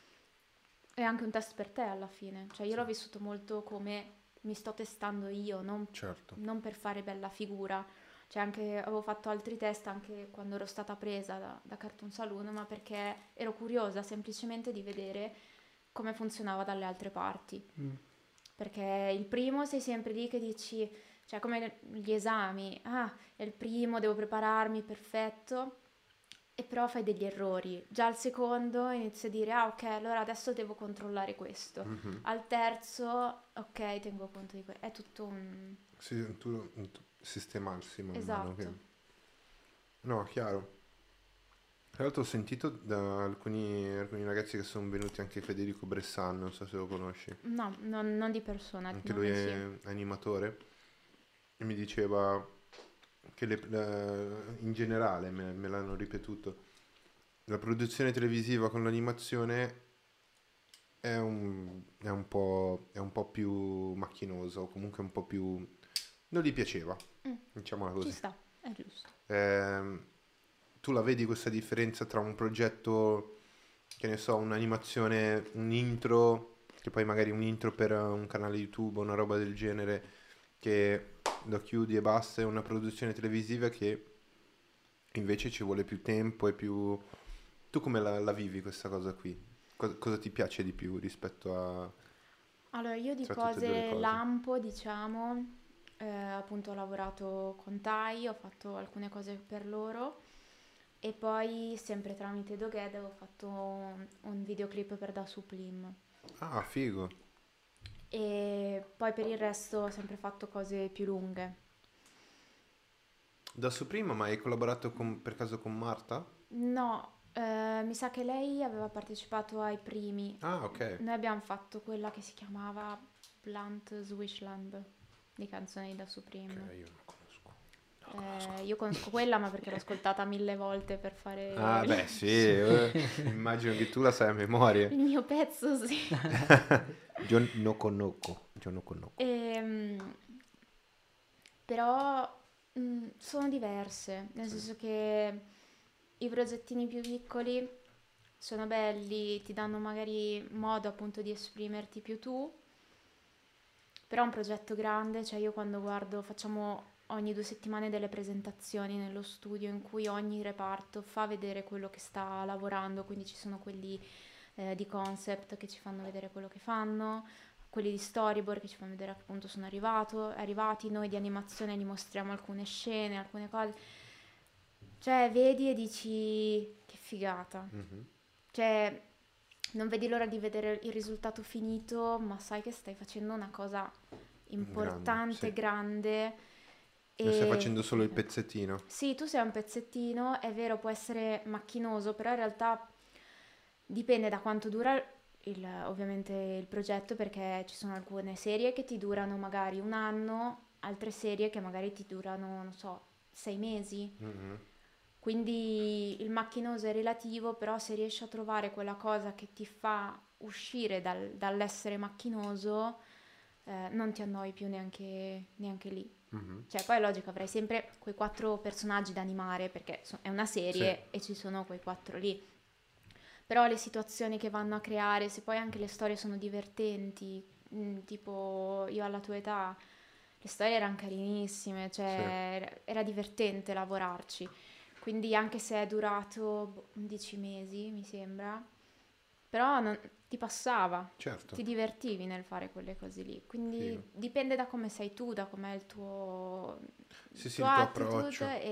È anche un test per te alla fine, cioè io sì, l'ho vissuto molto come mi sto testando io, certo. non per fare bella figura. Cioè anche avevo fatto altri test anche quando ero stata presa da Cartoon Saloon, ma perché ero curiosa semplicemente di vedere come funzionava dalle altre parti. Mm. Perché il primo sei sempre lì che dici, cioè come gli esami, ah, è il primo, devo prepararmi, perfetto, e però fai degli errori. Già al secondo inizi a dire, ah ok, allora adesso devo controllare questo. Mhm. Al terzo, ok, tengo conto di questo. È tutto un... Sì, sistemarsi man mano che... Esatto. No, chiaro. Tra l'altro ho sentito da alcuni ragazzi che sono venuti, anche Federico Bressan, non so se lo conosci, No, non di persona, di anche lui nome sì. è animatore, e mi diceva che in generale, me l'hanno ripetuto, la produzione televisiva con l'animazione è un po' più macchinosa, o comunque un po' più... non gli piaceva, Mm, diciamola ci così. sta, è giusto. Ehm, Tu la vedi questa differenza tra un progetto, che ne so, un'animazione, un intro, che poi magari un intro per un canale YouTube o una roba del genere, che lo chiudi e basta, e una produzione televisiva che invece ci vuole più tempo e più... Tu come la vivi questa cosa qui? Cosa ti piace di più rispetto a... Allora, io di tra tutte e due le cose cose? lampo, diciamo, appunto ho lavorato con Tai, ho fatto alcune cose per loro e poi sempre tramite Doged ho fatto un videoclip per Da Supreme. Ah, figo. E poi per il resto ho sempre fatto cose più lunghe. Da Suprema, ma hai collaborato per caso con Marta? No, mi sa che lei aveva partecipato ai primi. Ah, ok. Noi abbiamo fatto quella che si chiamava Blunt Swishland di canzoni da Ok, Supreme. io non conosco. Non la conosco. Io conosco quella, ma perché l'ho ascoltata 1000 volte per fare Ah, beh, sì, immagino che tu la sai a memoria. il mio pezzo, sì. Io non conosco. Ehm, Però sono diverse, nel Sì, senso che i progettini più piccoli sono belli, ti danno magari modo appunto di esprimerti più tu, però un progetto grande, cioè io quando guardo, facciamo ogni 2 settimane delle presentazioni nello studio in cui ogni reparto fa vedere quello che sta lavorando, quindi ci sono quelli di concept che ci fanno vedere quello che fanno, quelli di storyboard che ci fanno vedere a che punto sono arrivati, noi di animazione gli mostriamo alcune scene, alcune cose, cioè vedi e dici che figata, mhm, cioè non vedi l'ora di vedere il risultato finito, ma sai che stai facendo una cosa grande, sì. importante, grande Non stai e facendo solo il pezzettino. sì, tu sei un pezzettino, è vero, può essere macchinoso, però in realtà dipende da quanto dura ovviamente il progetto, perché ci sono alcune serie che ti durano magari un anno, altre serie che magari ti durano, non so, 6 mesi. Mhm, Quindi il macchinoso è relativo, però se riesci a trovare quella cosa che ti fa uscire dall'essere macchinoso, non ti annoi più neanche lì. mhm. Cioè, poi è logico, avrai sempre quei 4 personaggi da animare, perché è una Sì, serie e ci sono quei 4 lì. Però le situazioni che vanno a creare, se poi anche le storie sono divertenti, tipo io alla tua età, le storie erano carinissime, sì, cioè era divertente lavorarci. Quindi anche se è durato 11 mesi, mi sembra, però ti passava, certo. ti divertivi nel fare quelle cose lì. Figo. Quindi dipende da come sei tu, da com'è Sì, il sì, tuo il tuo approccio. attitude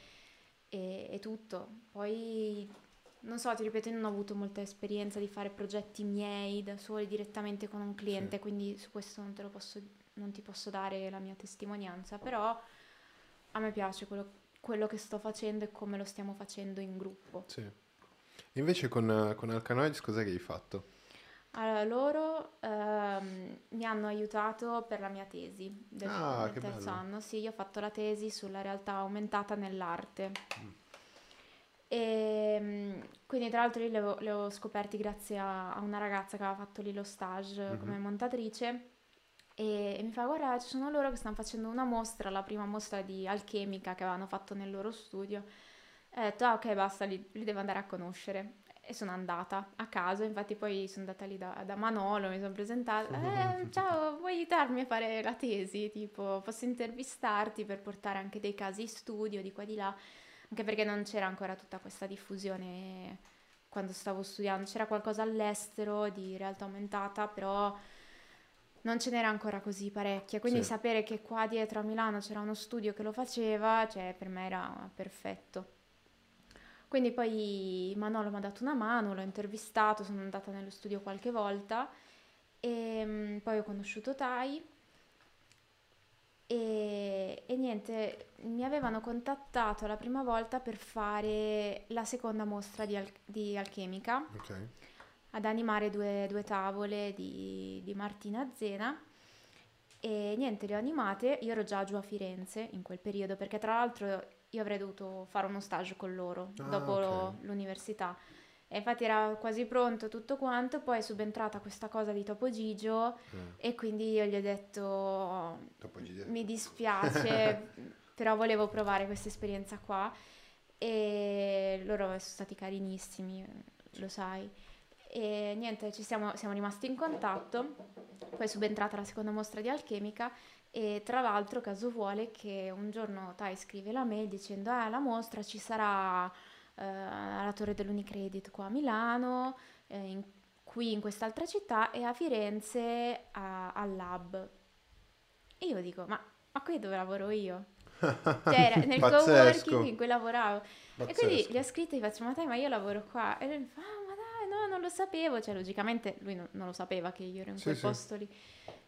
e tutto. Poi, non so, ti ripeto, io non ho avuto molta esperienza di fare progetti miei da soli direttamente con un Sì, cliente, quindi su questo non ti posso dare la mia testimonianza, però a me piace quello che sto facendo e come lo stiamo facendo in gruppo. sì. Invece con Alcanoids cos'è che hai fatto? Allora, loro mi hanno aiutato per la mia tesi Ah, del che terzo bello. anno. Sì, io ho fatto la tesi sulla realtà aumentata nell'arte. E quindi tra l'altro io li ho scoperti grazie a una ragazza che aveva fatto lì lo stage come Mhm. montatrice e mi fa guarda ci sono loro che stanno facendo una mostra, la prima mostra di alchemica che avevano fatto nel loro studio. E ho detto ah ok basta, li devo andare a conoscere. E sono andata a caso, infatti poi sono andata lì da Manolo, mi sono presentata, ciao, vuoi aiutarmi a fare la tesi? Tipo, posso intervistarti per portare anche dei casi studio di qua e di là, anche perché non c'era ancora tutta questa diffusione quando stavo studiando, c'era qualcosa all'estero di realtà aumentata, però non ce n'era ancora così parecchia, quindi Sì, sapere che qua dietro a Milano c'era uno studio che lo faceva, cioè per me era perfetto. Quindi poi Manolo mi ha dato una mano, l'ho intervistato, sono andata nello studio qualche volta e poi ho conosciuto Tai E niente, mi avevano contattato la prima volta per fare la seconda mostra di alchemica, Ok. ad animare due tavole di Martina Zena. E niente, le ho animate. Io ero già giù a Firenze in quel periodo, perché tra l'altro io avrei dovuto fare uno stage con loro Ah, ok. dopo l'università. E infatti era quasi pronto tutto quanto, poi è subentrata questa cosa di Topo Gigio e quindi io gli ho detto Dopo GD. mi dispiace, però volevo provare questa esperienza qua e loro sono stati carinissimi, lo sai. E niente, siamo rimasti in contatto, poi è subentrata la seconda mostra di alchemica e tra l'altro caso vuole che un giorno Tai scrive la mail dicendo la mostra ci sarà alla Torre dell'Unicredit qua a Milano, qui in quest'altra città e a Firenze al Lab. E io dico, ma qui dove lavoro io? Cioè era nel coworking in Pazzesco, cui lavoravo. E quindi gli ho pazzesco. scritto e gli faccio, ma dai, ma io lavoro qua. E lui mi fa, ma dai, no, non lo sapevo. Cioè, logicamente lui non lo sapeva che io ero in Sì, quel sì. posto lì.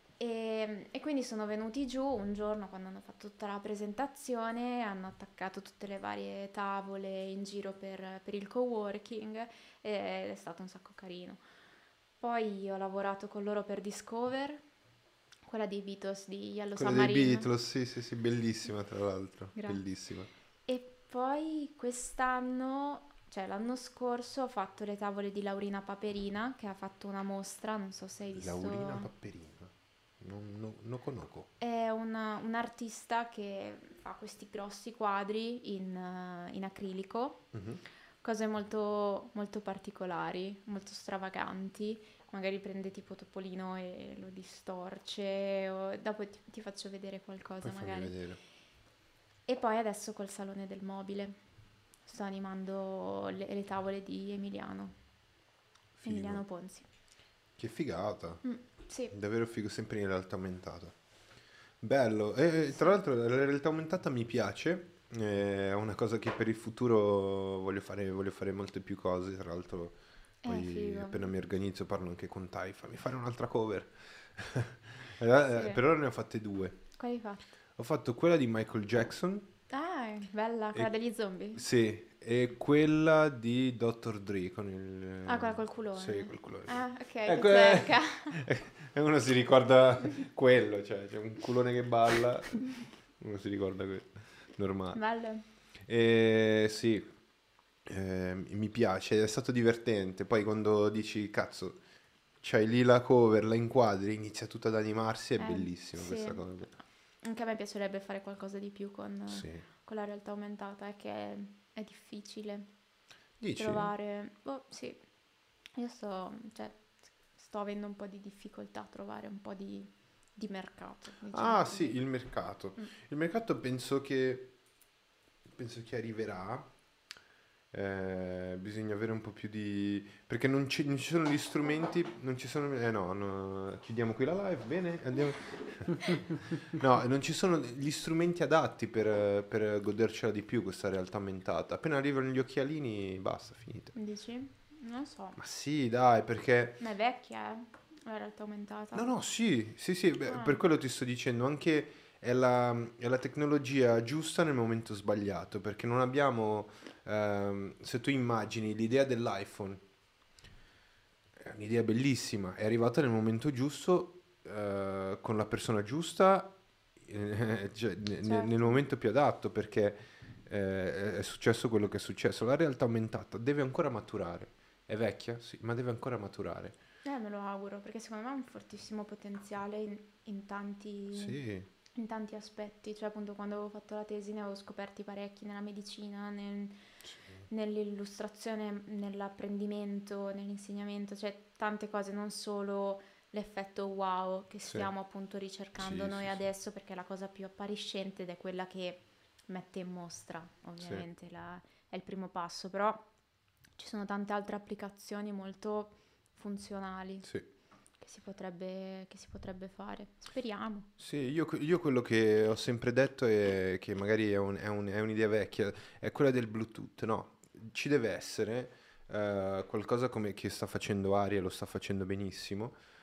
E quindi sono venuti giù un giorno quando hanno fatto tutta la presentazione, hanno attaccato tutte le varie tavole in giro per il coworking ed è stato un sacco carino. Poi ho lavorato con loro per Discover, quella dei Beatles di Yellow Quello dei Submarine. Beatles, sì, sì, sì, bellissima tra l'altro, Grazie. bellissima. E poi quest'anno, cioè l'anno scorso, ho fatto le tavole di Laurina Paperina, che ha fatto una mostra, non so se hai Laurina visto. Papperina, non conosco. È un artista che fa questi grossi quadri in acrilico, Mhm. cose molto, molto particolari, molto stravaganti. Magari prende tipo Topolino e lo distorce, o dopo ti faccio vedere qualcosa Poi fammi magari. vedere. E poi adesso col Salone del Mobile sto animando le tavole di Figo. Emiliano Ponzi. Che figata. Mm, sì, Davvero figo, sempre in realtà aumentata. Bello. E tra sì, l'altro la realtà aumentata mi piace. È una cosa che per il futuro voglio fare molte più cose. Tra l'altro, è poi figo. appena mi organizzo parlo anche con Tai. Fammi fare un'altra cover. Sì. Per ora ne ho fatte due. Quali hai fatto? Ho fatto quella di Michael Jackson. Ah, bella, quella E, degli zombie. sì, e quella di Dr. Dre con Ah, quella col sì, culone. quel colore lì. Ah, ok, che Ecco, cerca. e uno si ricorda quello, cioè c'è un culone che balla, uno si ricorda quello, normale. Bello. E sì, mi piace, è stato divertente. Poi quando dici, cazzo, c'hai lì la cover, la inquadri, inizia tutto ad animarsi, è bellissima Sì. questa cosa. Anche a me piacerebbe fare qualcosa di più Sì. con la realtà aumentata, è che è difficile Dici? trovare. Oh, sì, io sto avendo un po' di difficoltà a trovare un po' di mercato, diciamo Ah sì, così. il mercato. Mm. Il mercato penso che arriverà. Bisogna avere un po' più di... perché non ci sono gli strumenti, non ci sono... no, no, chiudiamo qui la live, bene? Andiamo... No, non ci sono gli strumenti adatti per godercela di più questa realtà aumentata. Appena arrivano gli occhialini, basta, finita. Dici? Non so, Ma sì, dai, perché... ma è vecchia, la realtà aumentata. No, no, sì, sì, sì, beh, Ah, per quello ti sto dicendo, anche è la tecnologia giusta nel momento sbagliato, perché non abbiamo, se tu immagini l'idea dell'iPhone, è un'idea bellissima, è arrivata nel momento giusto, con la persona giusta, cioè, nel certo. momento più adatto, perché è successo quello che è successo. La realtà aumentata deve ancora maturare, è vecchia, sì, ma deve ancora maturare. Me lo auguro, perché secondo me ha un fortissimo potenziale Sì, in tanti aspetti. Cioè, appunto, quando avevo fatto la tesi ne avevo scoperti parecchi nella medicina, nell'illustrazione, nell'apprendimento, nell'insegnamento, cioè tante cose, non solo l'effetto wow che sì, stiamo appunto ricercando sì, noi sì, sì. adesso, perché è la cosa più appariscente ed è quella che mette in mostra, Sì, ovviamente, è il primo passo, però ci sono tante altre applicazioni molto funzionali sì. che si potrebbe fare. Speriamo. Sì, io quello che ho sempre detto è che magari è un'idea vecchia, è quella del Bluetooth, no? Ci deve essere qualcosa come che sta facendo Aria, lo sta facendo benissimo,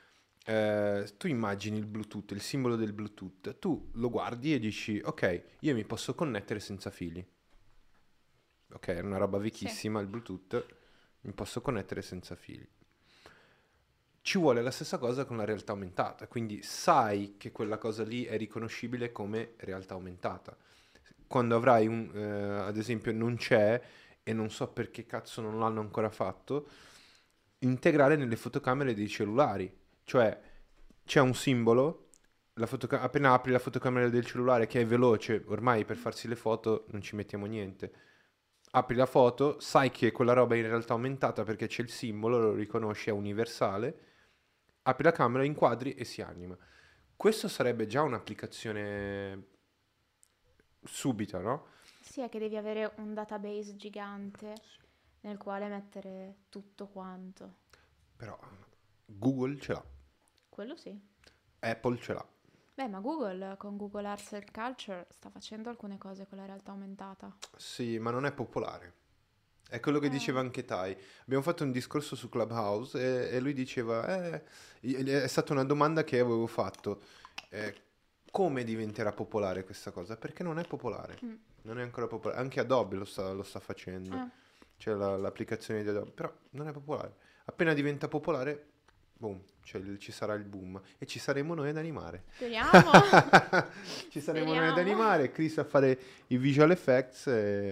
tu immagini il Bluetooth, il simbolo del Bluetooth, tu lo guardi e dici, ok, io mi posso connettere senza fili. Ok, è una roba Sì. vecchissima il Bluetooth, mi posso connettere senza fili. Ci vuole la stessa cosa con la realtà aumentata, quindi sai che quella cosa lì è riconoscibile come realtà aumentata. Quando avrai ad esempio non c'è, e non so perché cazzo non l'hanno ancora fatto, integrare nelle fotocamere dei cellulari. Cioè c'è un simbolo, appena apri la fotocamera del cellulare che è veloce, ormai per farsi le foto non ci mettiamo niente. Apri la foto, sai che quella roba è in realtà aumentata perché c'è il simbolo, lo riconosci, è universale. Apri la camera, inquadri e si anima. Questo sarebbe già un'applicazione subita, no? Sì, è che devi avere un database gigante nel quale mettere tutto quanto. Però Google ce l'ha, Quello sì. Apple ce l'ha. Beh, ma Google con Google Arts and Culture sta facendo alcune cose con la realtà aumentata. Sì, ma non è popolare. È quello che diceva anche Tai. Abbiamo fatto un discorso su Clubhouse e lui diceva, è stata una domanda che avevo fatto, come diventerà popolare questa cosa? Perché non è popolare, Mm. non è ancora popolare. Anche Adobe lo sta facendo, c'è l'applicazione di Adobe, però non è popolare. Appena diventa popolare, boom, ci sarà il boom e ci saremo noi ad animare. Speriamo. Ci saremo noi ad Speriamo. animare, Chris a fare i visual effects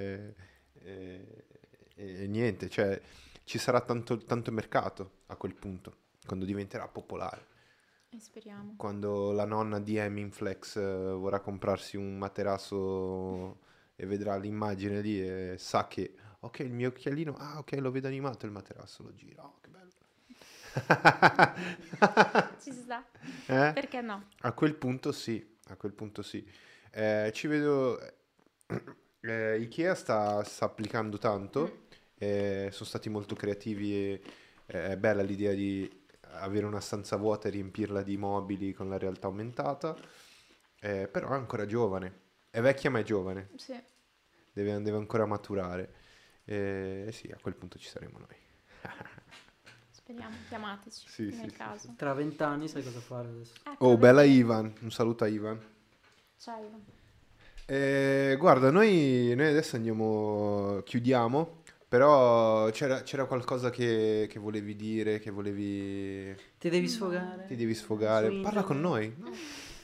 e niente, cioè ci sarà tanto mercato a quel punto, quando diventerà popolare. E speriamo. Quando la nonna di Emin Flex vorrà comprarsi un materasso e vedrà l'immagine lì e sa che, ok, il mio occhialino, ah ok, lo vedo animato il materasso, lo gira, oh che bello. Ci sta. Eh? Perché no? A quel punto sì, a quel punto sì. Ci vedo, Ikea sta applicando tanto, sono stati molto creativi e è bella l'idea di avere una stanza vuota e riempirla di mobili con la realtà aumentata, però è ancora giovane, è vecchia ma è giovane, Sì. deve ancora maturare. Sì, a quel punto ci saremo noi. Speriamo. Chiamateci Sì, nel sì, caso. Tra 20 anni sai cosa fare adesso. Ecco, Oh, bella vedi? Ivan, un saluto a Ivan. Ciao, Ivan. Guarda, noi adesso chiudiamo, però c'era qualcosa che volevi dire, che volevi... Ti devi No. sfogare? Ti devi sfogare. Su Parla con internet? noi.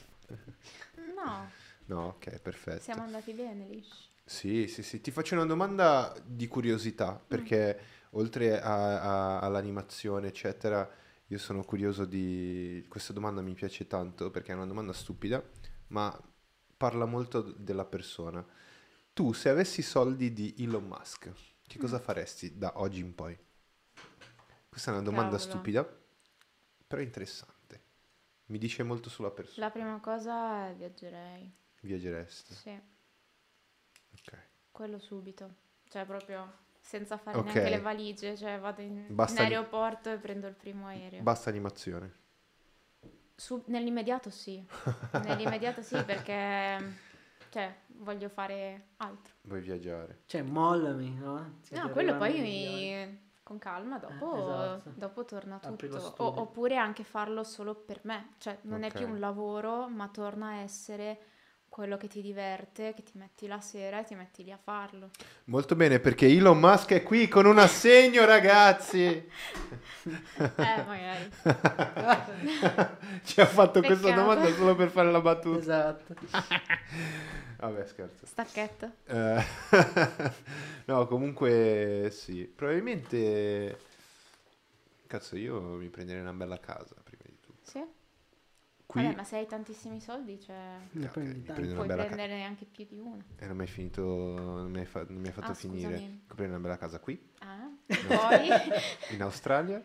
No, No, ok, perfetto. siamo andati bene, lisci. Sì, sì, sì. Ti faccio una domanda di curiosità, perché oltre all'animazione, eccetera, io sono curioso di... Questa domanda mi piace tanto perché è una domanda stupida, ma parla molto della persona. Tu, se avessi soldi di Elon Musk, che cosa faresti da oggi in poi? Questa è una domanda Cavolo. stupida, però interessante. Mi dice molto sulla persona. La prima cosa è viaggerei. Viaggeresti. Sì, Ok. quello subito. Cioè proprio senza fare Ok. neanche le valigie, cioè vado in Basta ni- aeroporto e prendo il primo aereo. Basta animazione. Nell'immediato sì. Nell'immediato sì perché cioè voglio fare altro. Vuoi viaggiare. Cioè, mollami, no? Ti No, quello arriveranno poi i milioni. con calma dopo, esatto. dopo torna Apri lo tutto. studio. Oppure anche farlo solo per me, cioè non è Ok. più un lavoro, ma torna a essere quello che ti diverte, che ti metti la sera e ti metti lì a farlo. Molto bene, perché Elon Musk è qui con un assegno, ragazzi. Magari. Ci ha fatto questa Peccato. domanda solo per fare la battuta. Esatto. Vabbè, scherzo. Stacchetto. No, comunque sì. Probabilmente... Cazzo, io mi prenderei una bella casa prima di tutto. Sì? Qui... Vabbè, ma se hai tantissimi soldi, cioè Ne ok, prendi mi tanti. prendo una puoi bella casa. prenderne anche più di una. E non mi hai finito, non mi hai fatto Ah, finire. scusami. Comprare una bella casa qui, Ah, poi in Australia,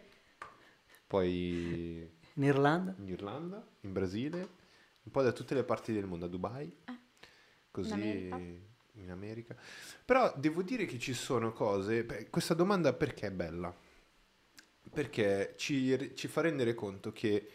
poi In Irlanda? in Irlanda, in Brasile, un po' da tutte le parti del mondo, a Dubai, così America. in America. Però devo dire che ci sono cose, questa domanda perché è bella? Perché ci fa rendere conto che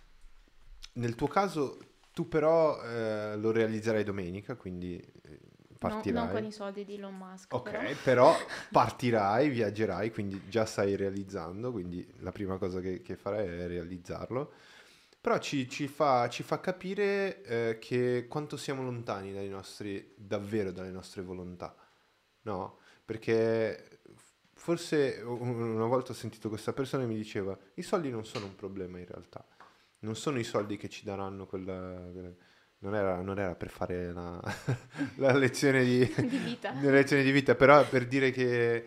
nel tuo caso tu però lo realizzerai domenica, quindi partirai. Non con i soldi di Elon Musk, Ok, però partirai, viaggerai, quindi già stai realizzando, quindi la prima cosa che farai è realizzarlo. Però ci fa capire che quanto siamo lontani davvero dalle nostre volontà, no? Perché forse una volta ho sentito questa persona e mi diceva, i soldi non sono un problema in realtà, non sono i soldi che ci daranno non era per fare la lezione di vita. la lezione di vita, però per dire che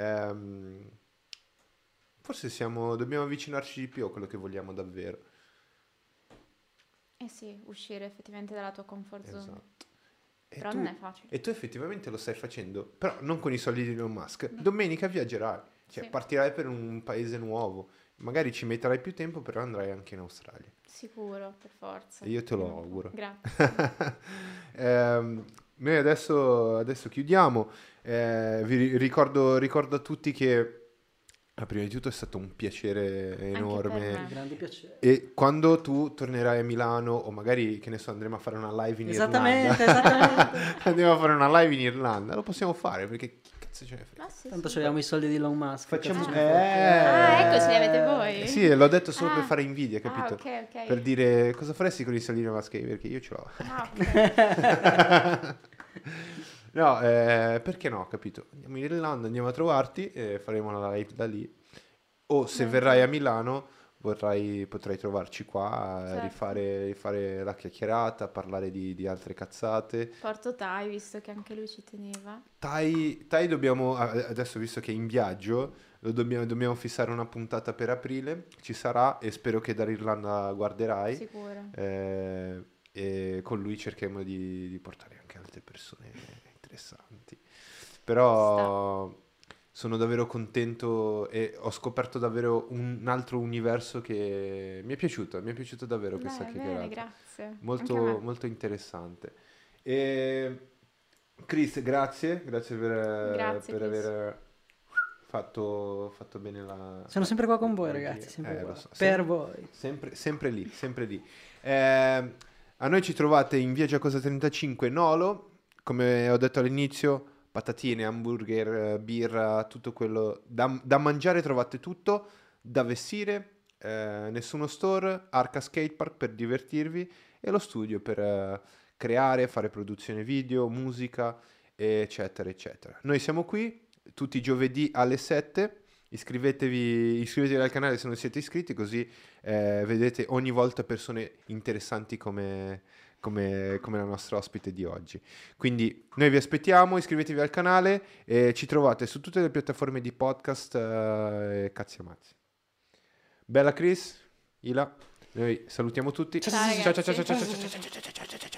forse dobbiamo avvicinarci di più a quello che vogliamo davvero. Eh sì, uscire effettivamente dalla tua comfort zone. Esatto. Però non è facile. E tu effettivamente lo stai facendo, però non con i soldi di Elon Musk. Domenica viaggerai, cioè Sì. partirai per un paese nuovo. Magari ci metterai più tempo, però andrai anche in Australia. Sicuro, per forza. E io te lo Prima o poi. auguro. Grazie. Noi adesso chiudiamo. Vi ricordo a tutti che prima di tutto è stato un piacere enorme. per me. Grande piacere. E quando tu tornerai a Milano, o magari, che ne so, andremo a fare una live in Esattamente, Irlanda. esattamente. Andiamo a fare una live in Irlanda. Lo possiamo fare perché chi cazzo ce ne frega? Ma sì, Tanto sì. abbiamo i soldi di Elon Musk. Facciamo. cazzo ce ne frega. Ah, ecco, ce li avete voi. Sì, l'ho detto solo per Ah. fare invidia, capito? Ah, ok. Per dire cosa faresti con i soldi di Musk, perché io ce l'ho. Ah, ok. No, perché no, capito? Andiamo in Irlanda, andiamo a trovarti e faremo la live da lì. O se Beh, verrai sì. a Milano potrai trovarci qua, Certo. rifare la chiacchierata, parlare di altre cazzate. Porto Tai, visto che anche lui ci teneva. Tai dobbiamo, adesso visto che è in viaggio, dobbiamo fissare una puntata per aprile, ci sarà e spero che dall'Irlanda guarderai. Sicuro. E con lui cerchiamo di portare anche altre persone interessanti. Però sono davvero contento e ho scoperto davvero un altro universo che mi è piaciuto davvero questa Bene, chiacchierata. grazie. Anche a Molto, me. molto interessante. E Chris, grazie Grazie, per Chris. aver fatto bene la... Sono sempre qua con voi, la ragazzi. regia. Sempre qua. Lo so, Per voi. sempre lì, sempre lì. A noi ci trovate in via Giacosa 35 Nolo, come ho detto all'inizio, patatine, hamburger, birra, tutto quello da mangiare trovate tutto, da vestire, nessuno store, Arca Skatepark per divertirvi e lo studio per creare, fare produzione video, musica, eccetera, eccetera. Noi siamo qui tutti i giovedì alle 7. Iscrivetevi al canale se non siete iscritti, così vedete ogni volta persone interessanti come la nostra ospite di oggi. Quindi noi vi aspettiamo, iscrivetevi al canale e ci trovate su tutte le piattaforme di podcast e cazzi amazzi. Bella Chris, Ila, noi salutiamo tutti. Ciao, ragazzi. Ciao.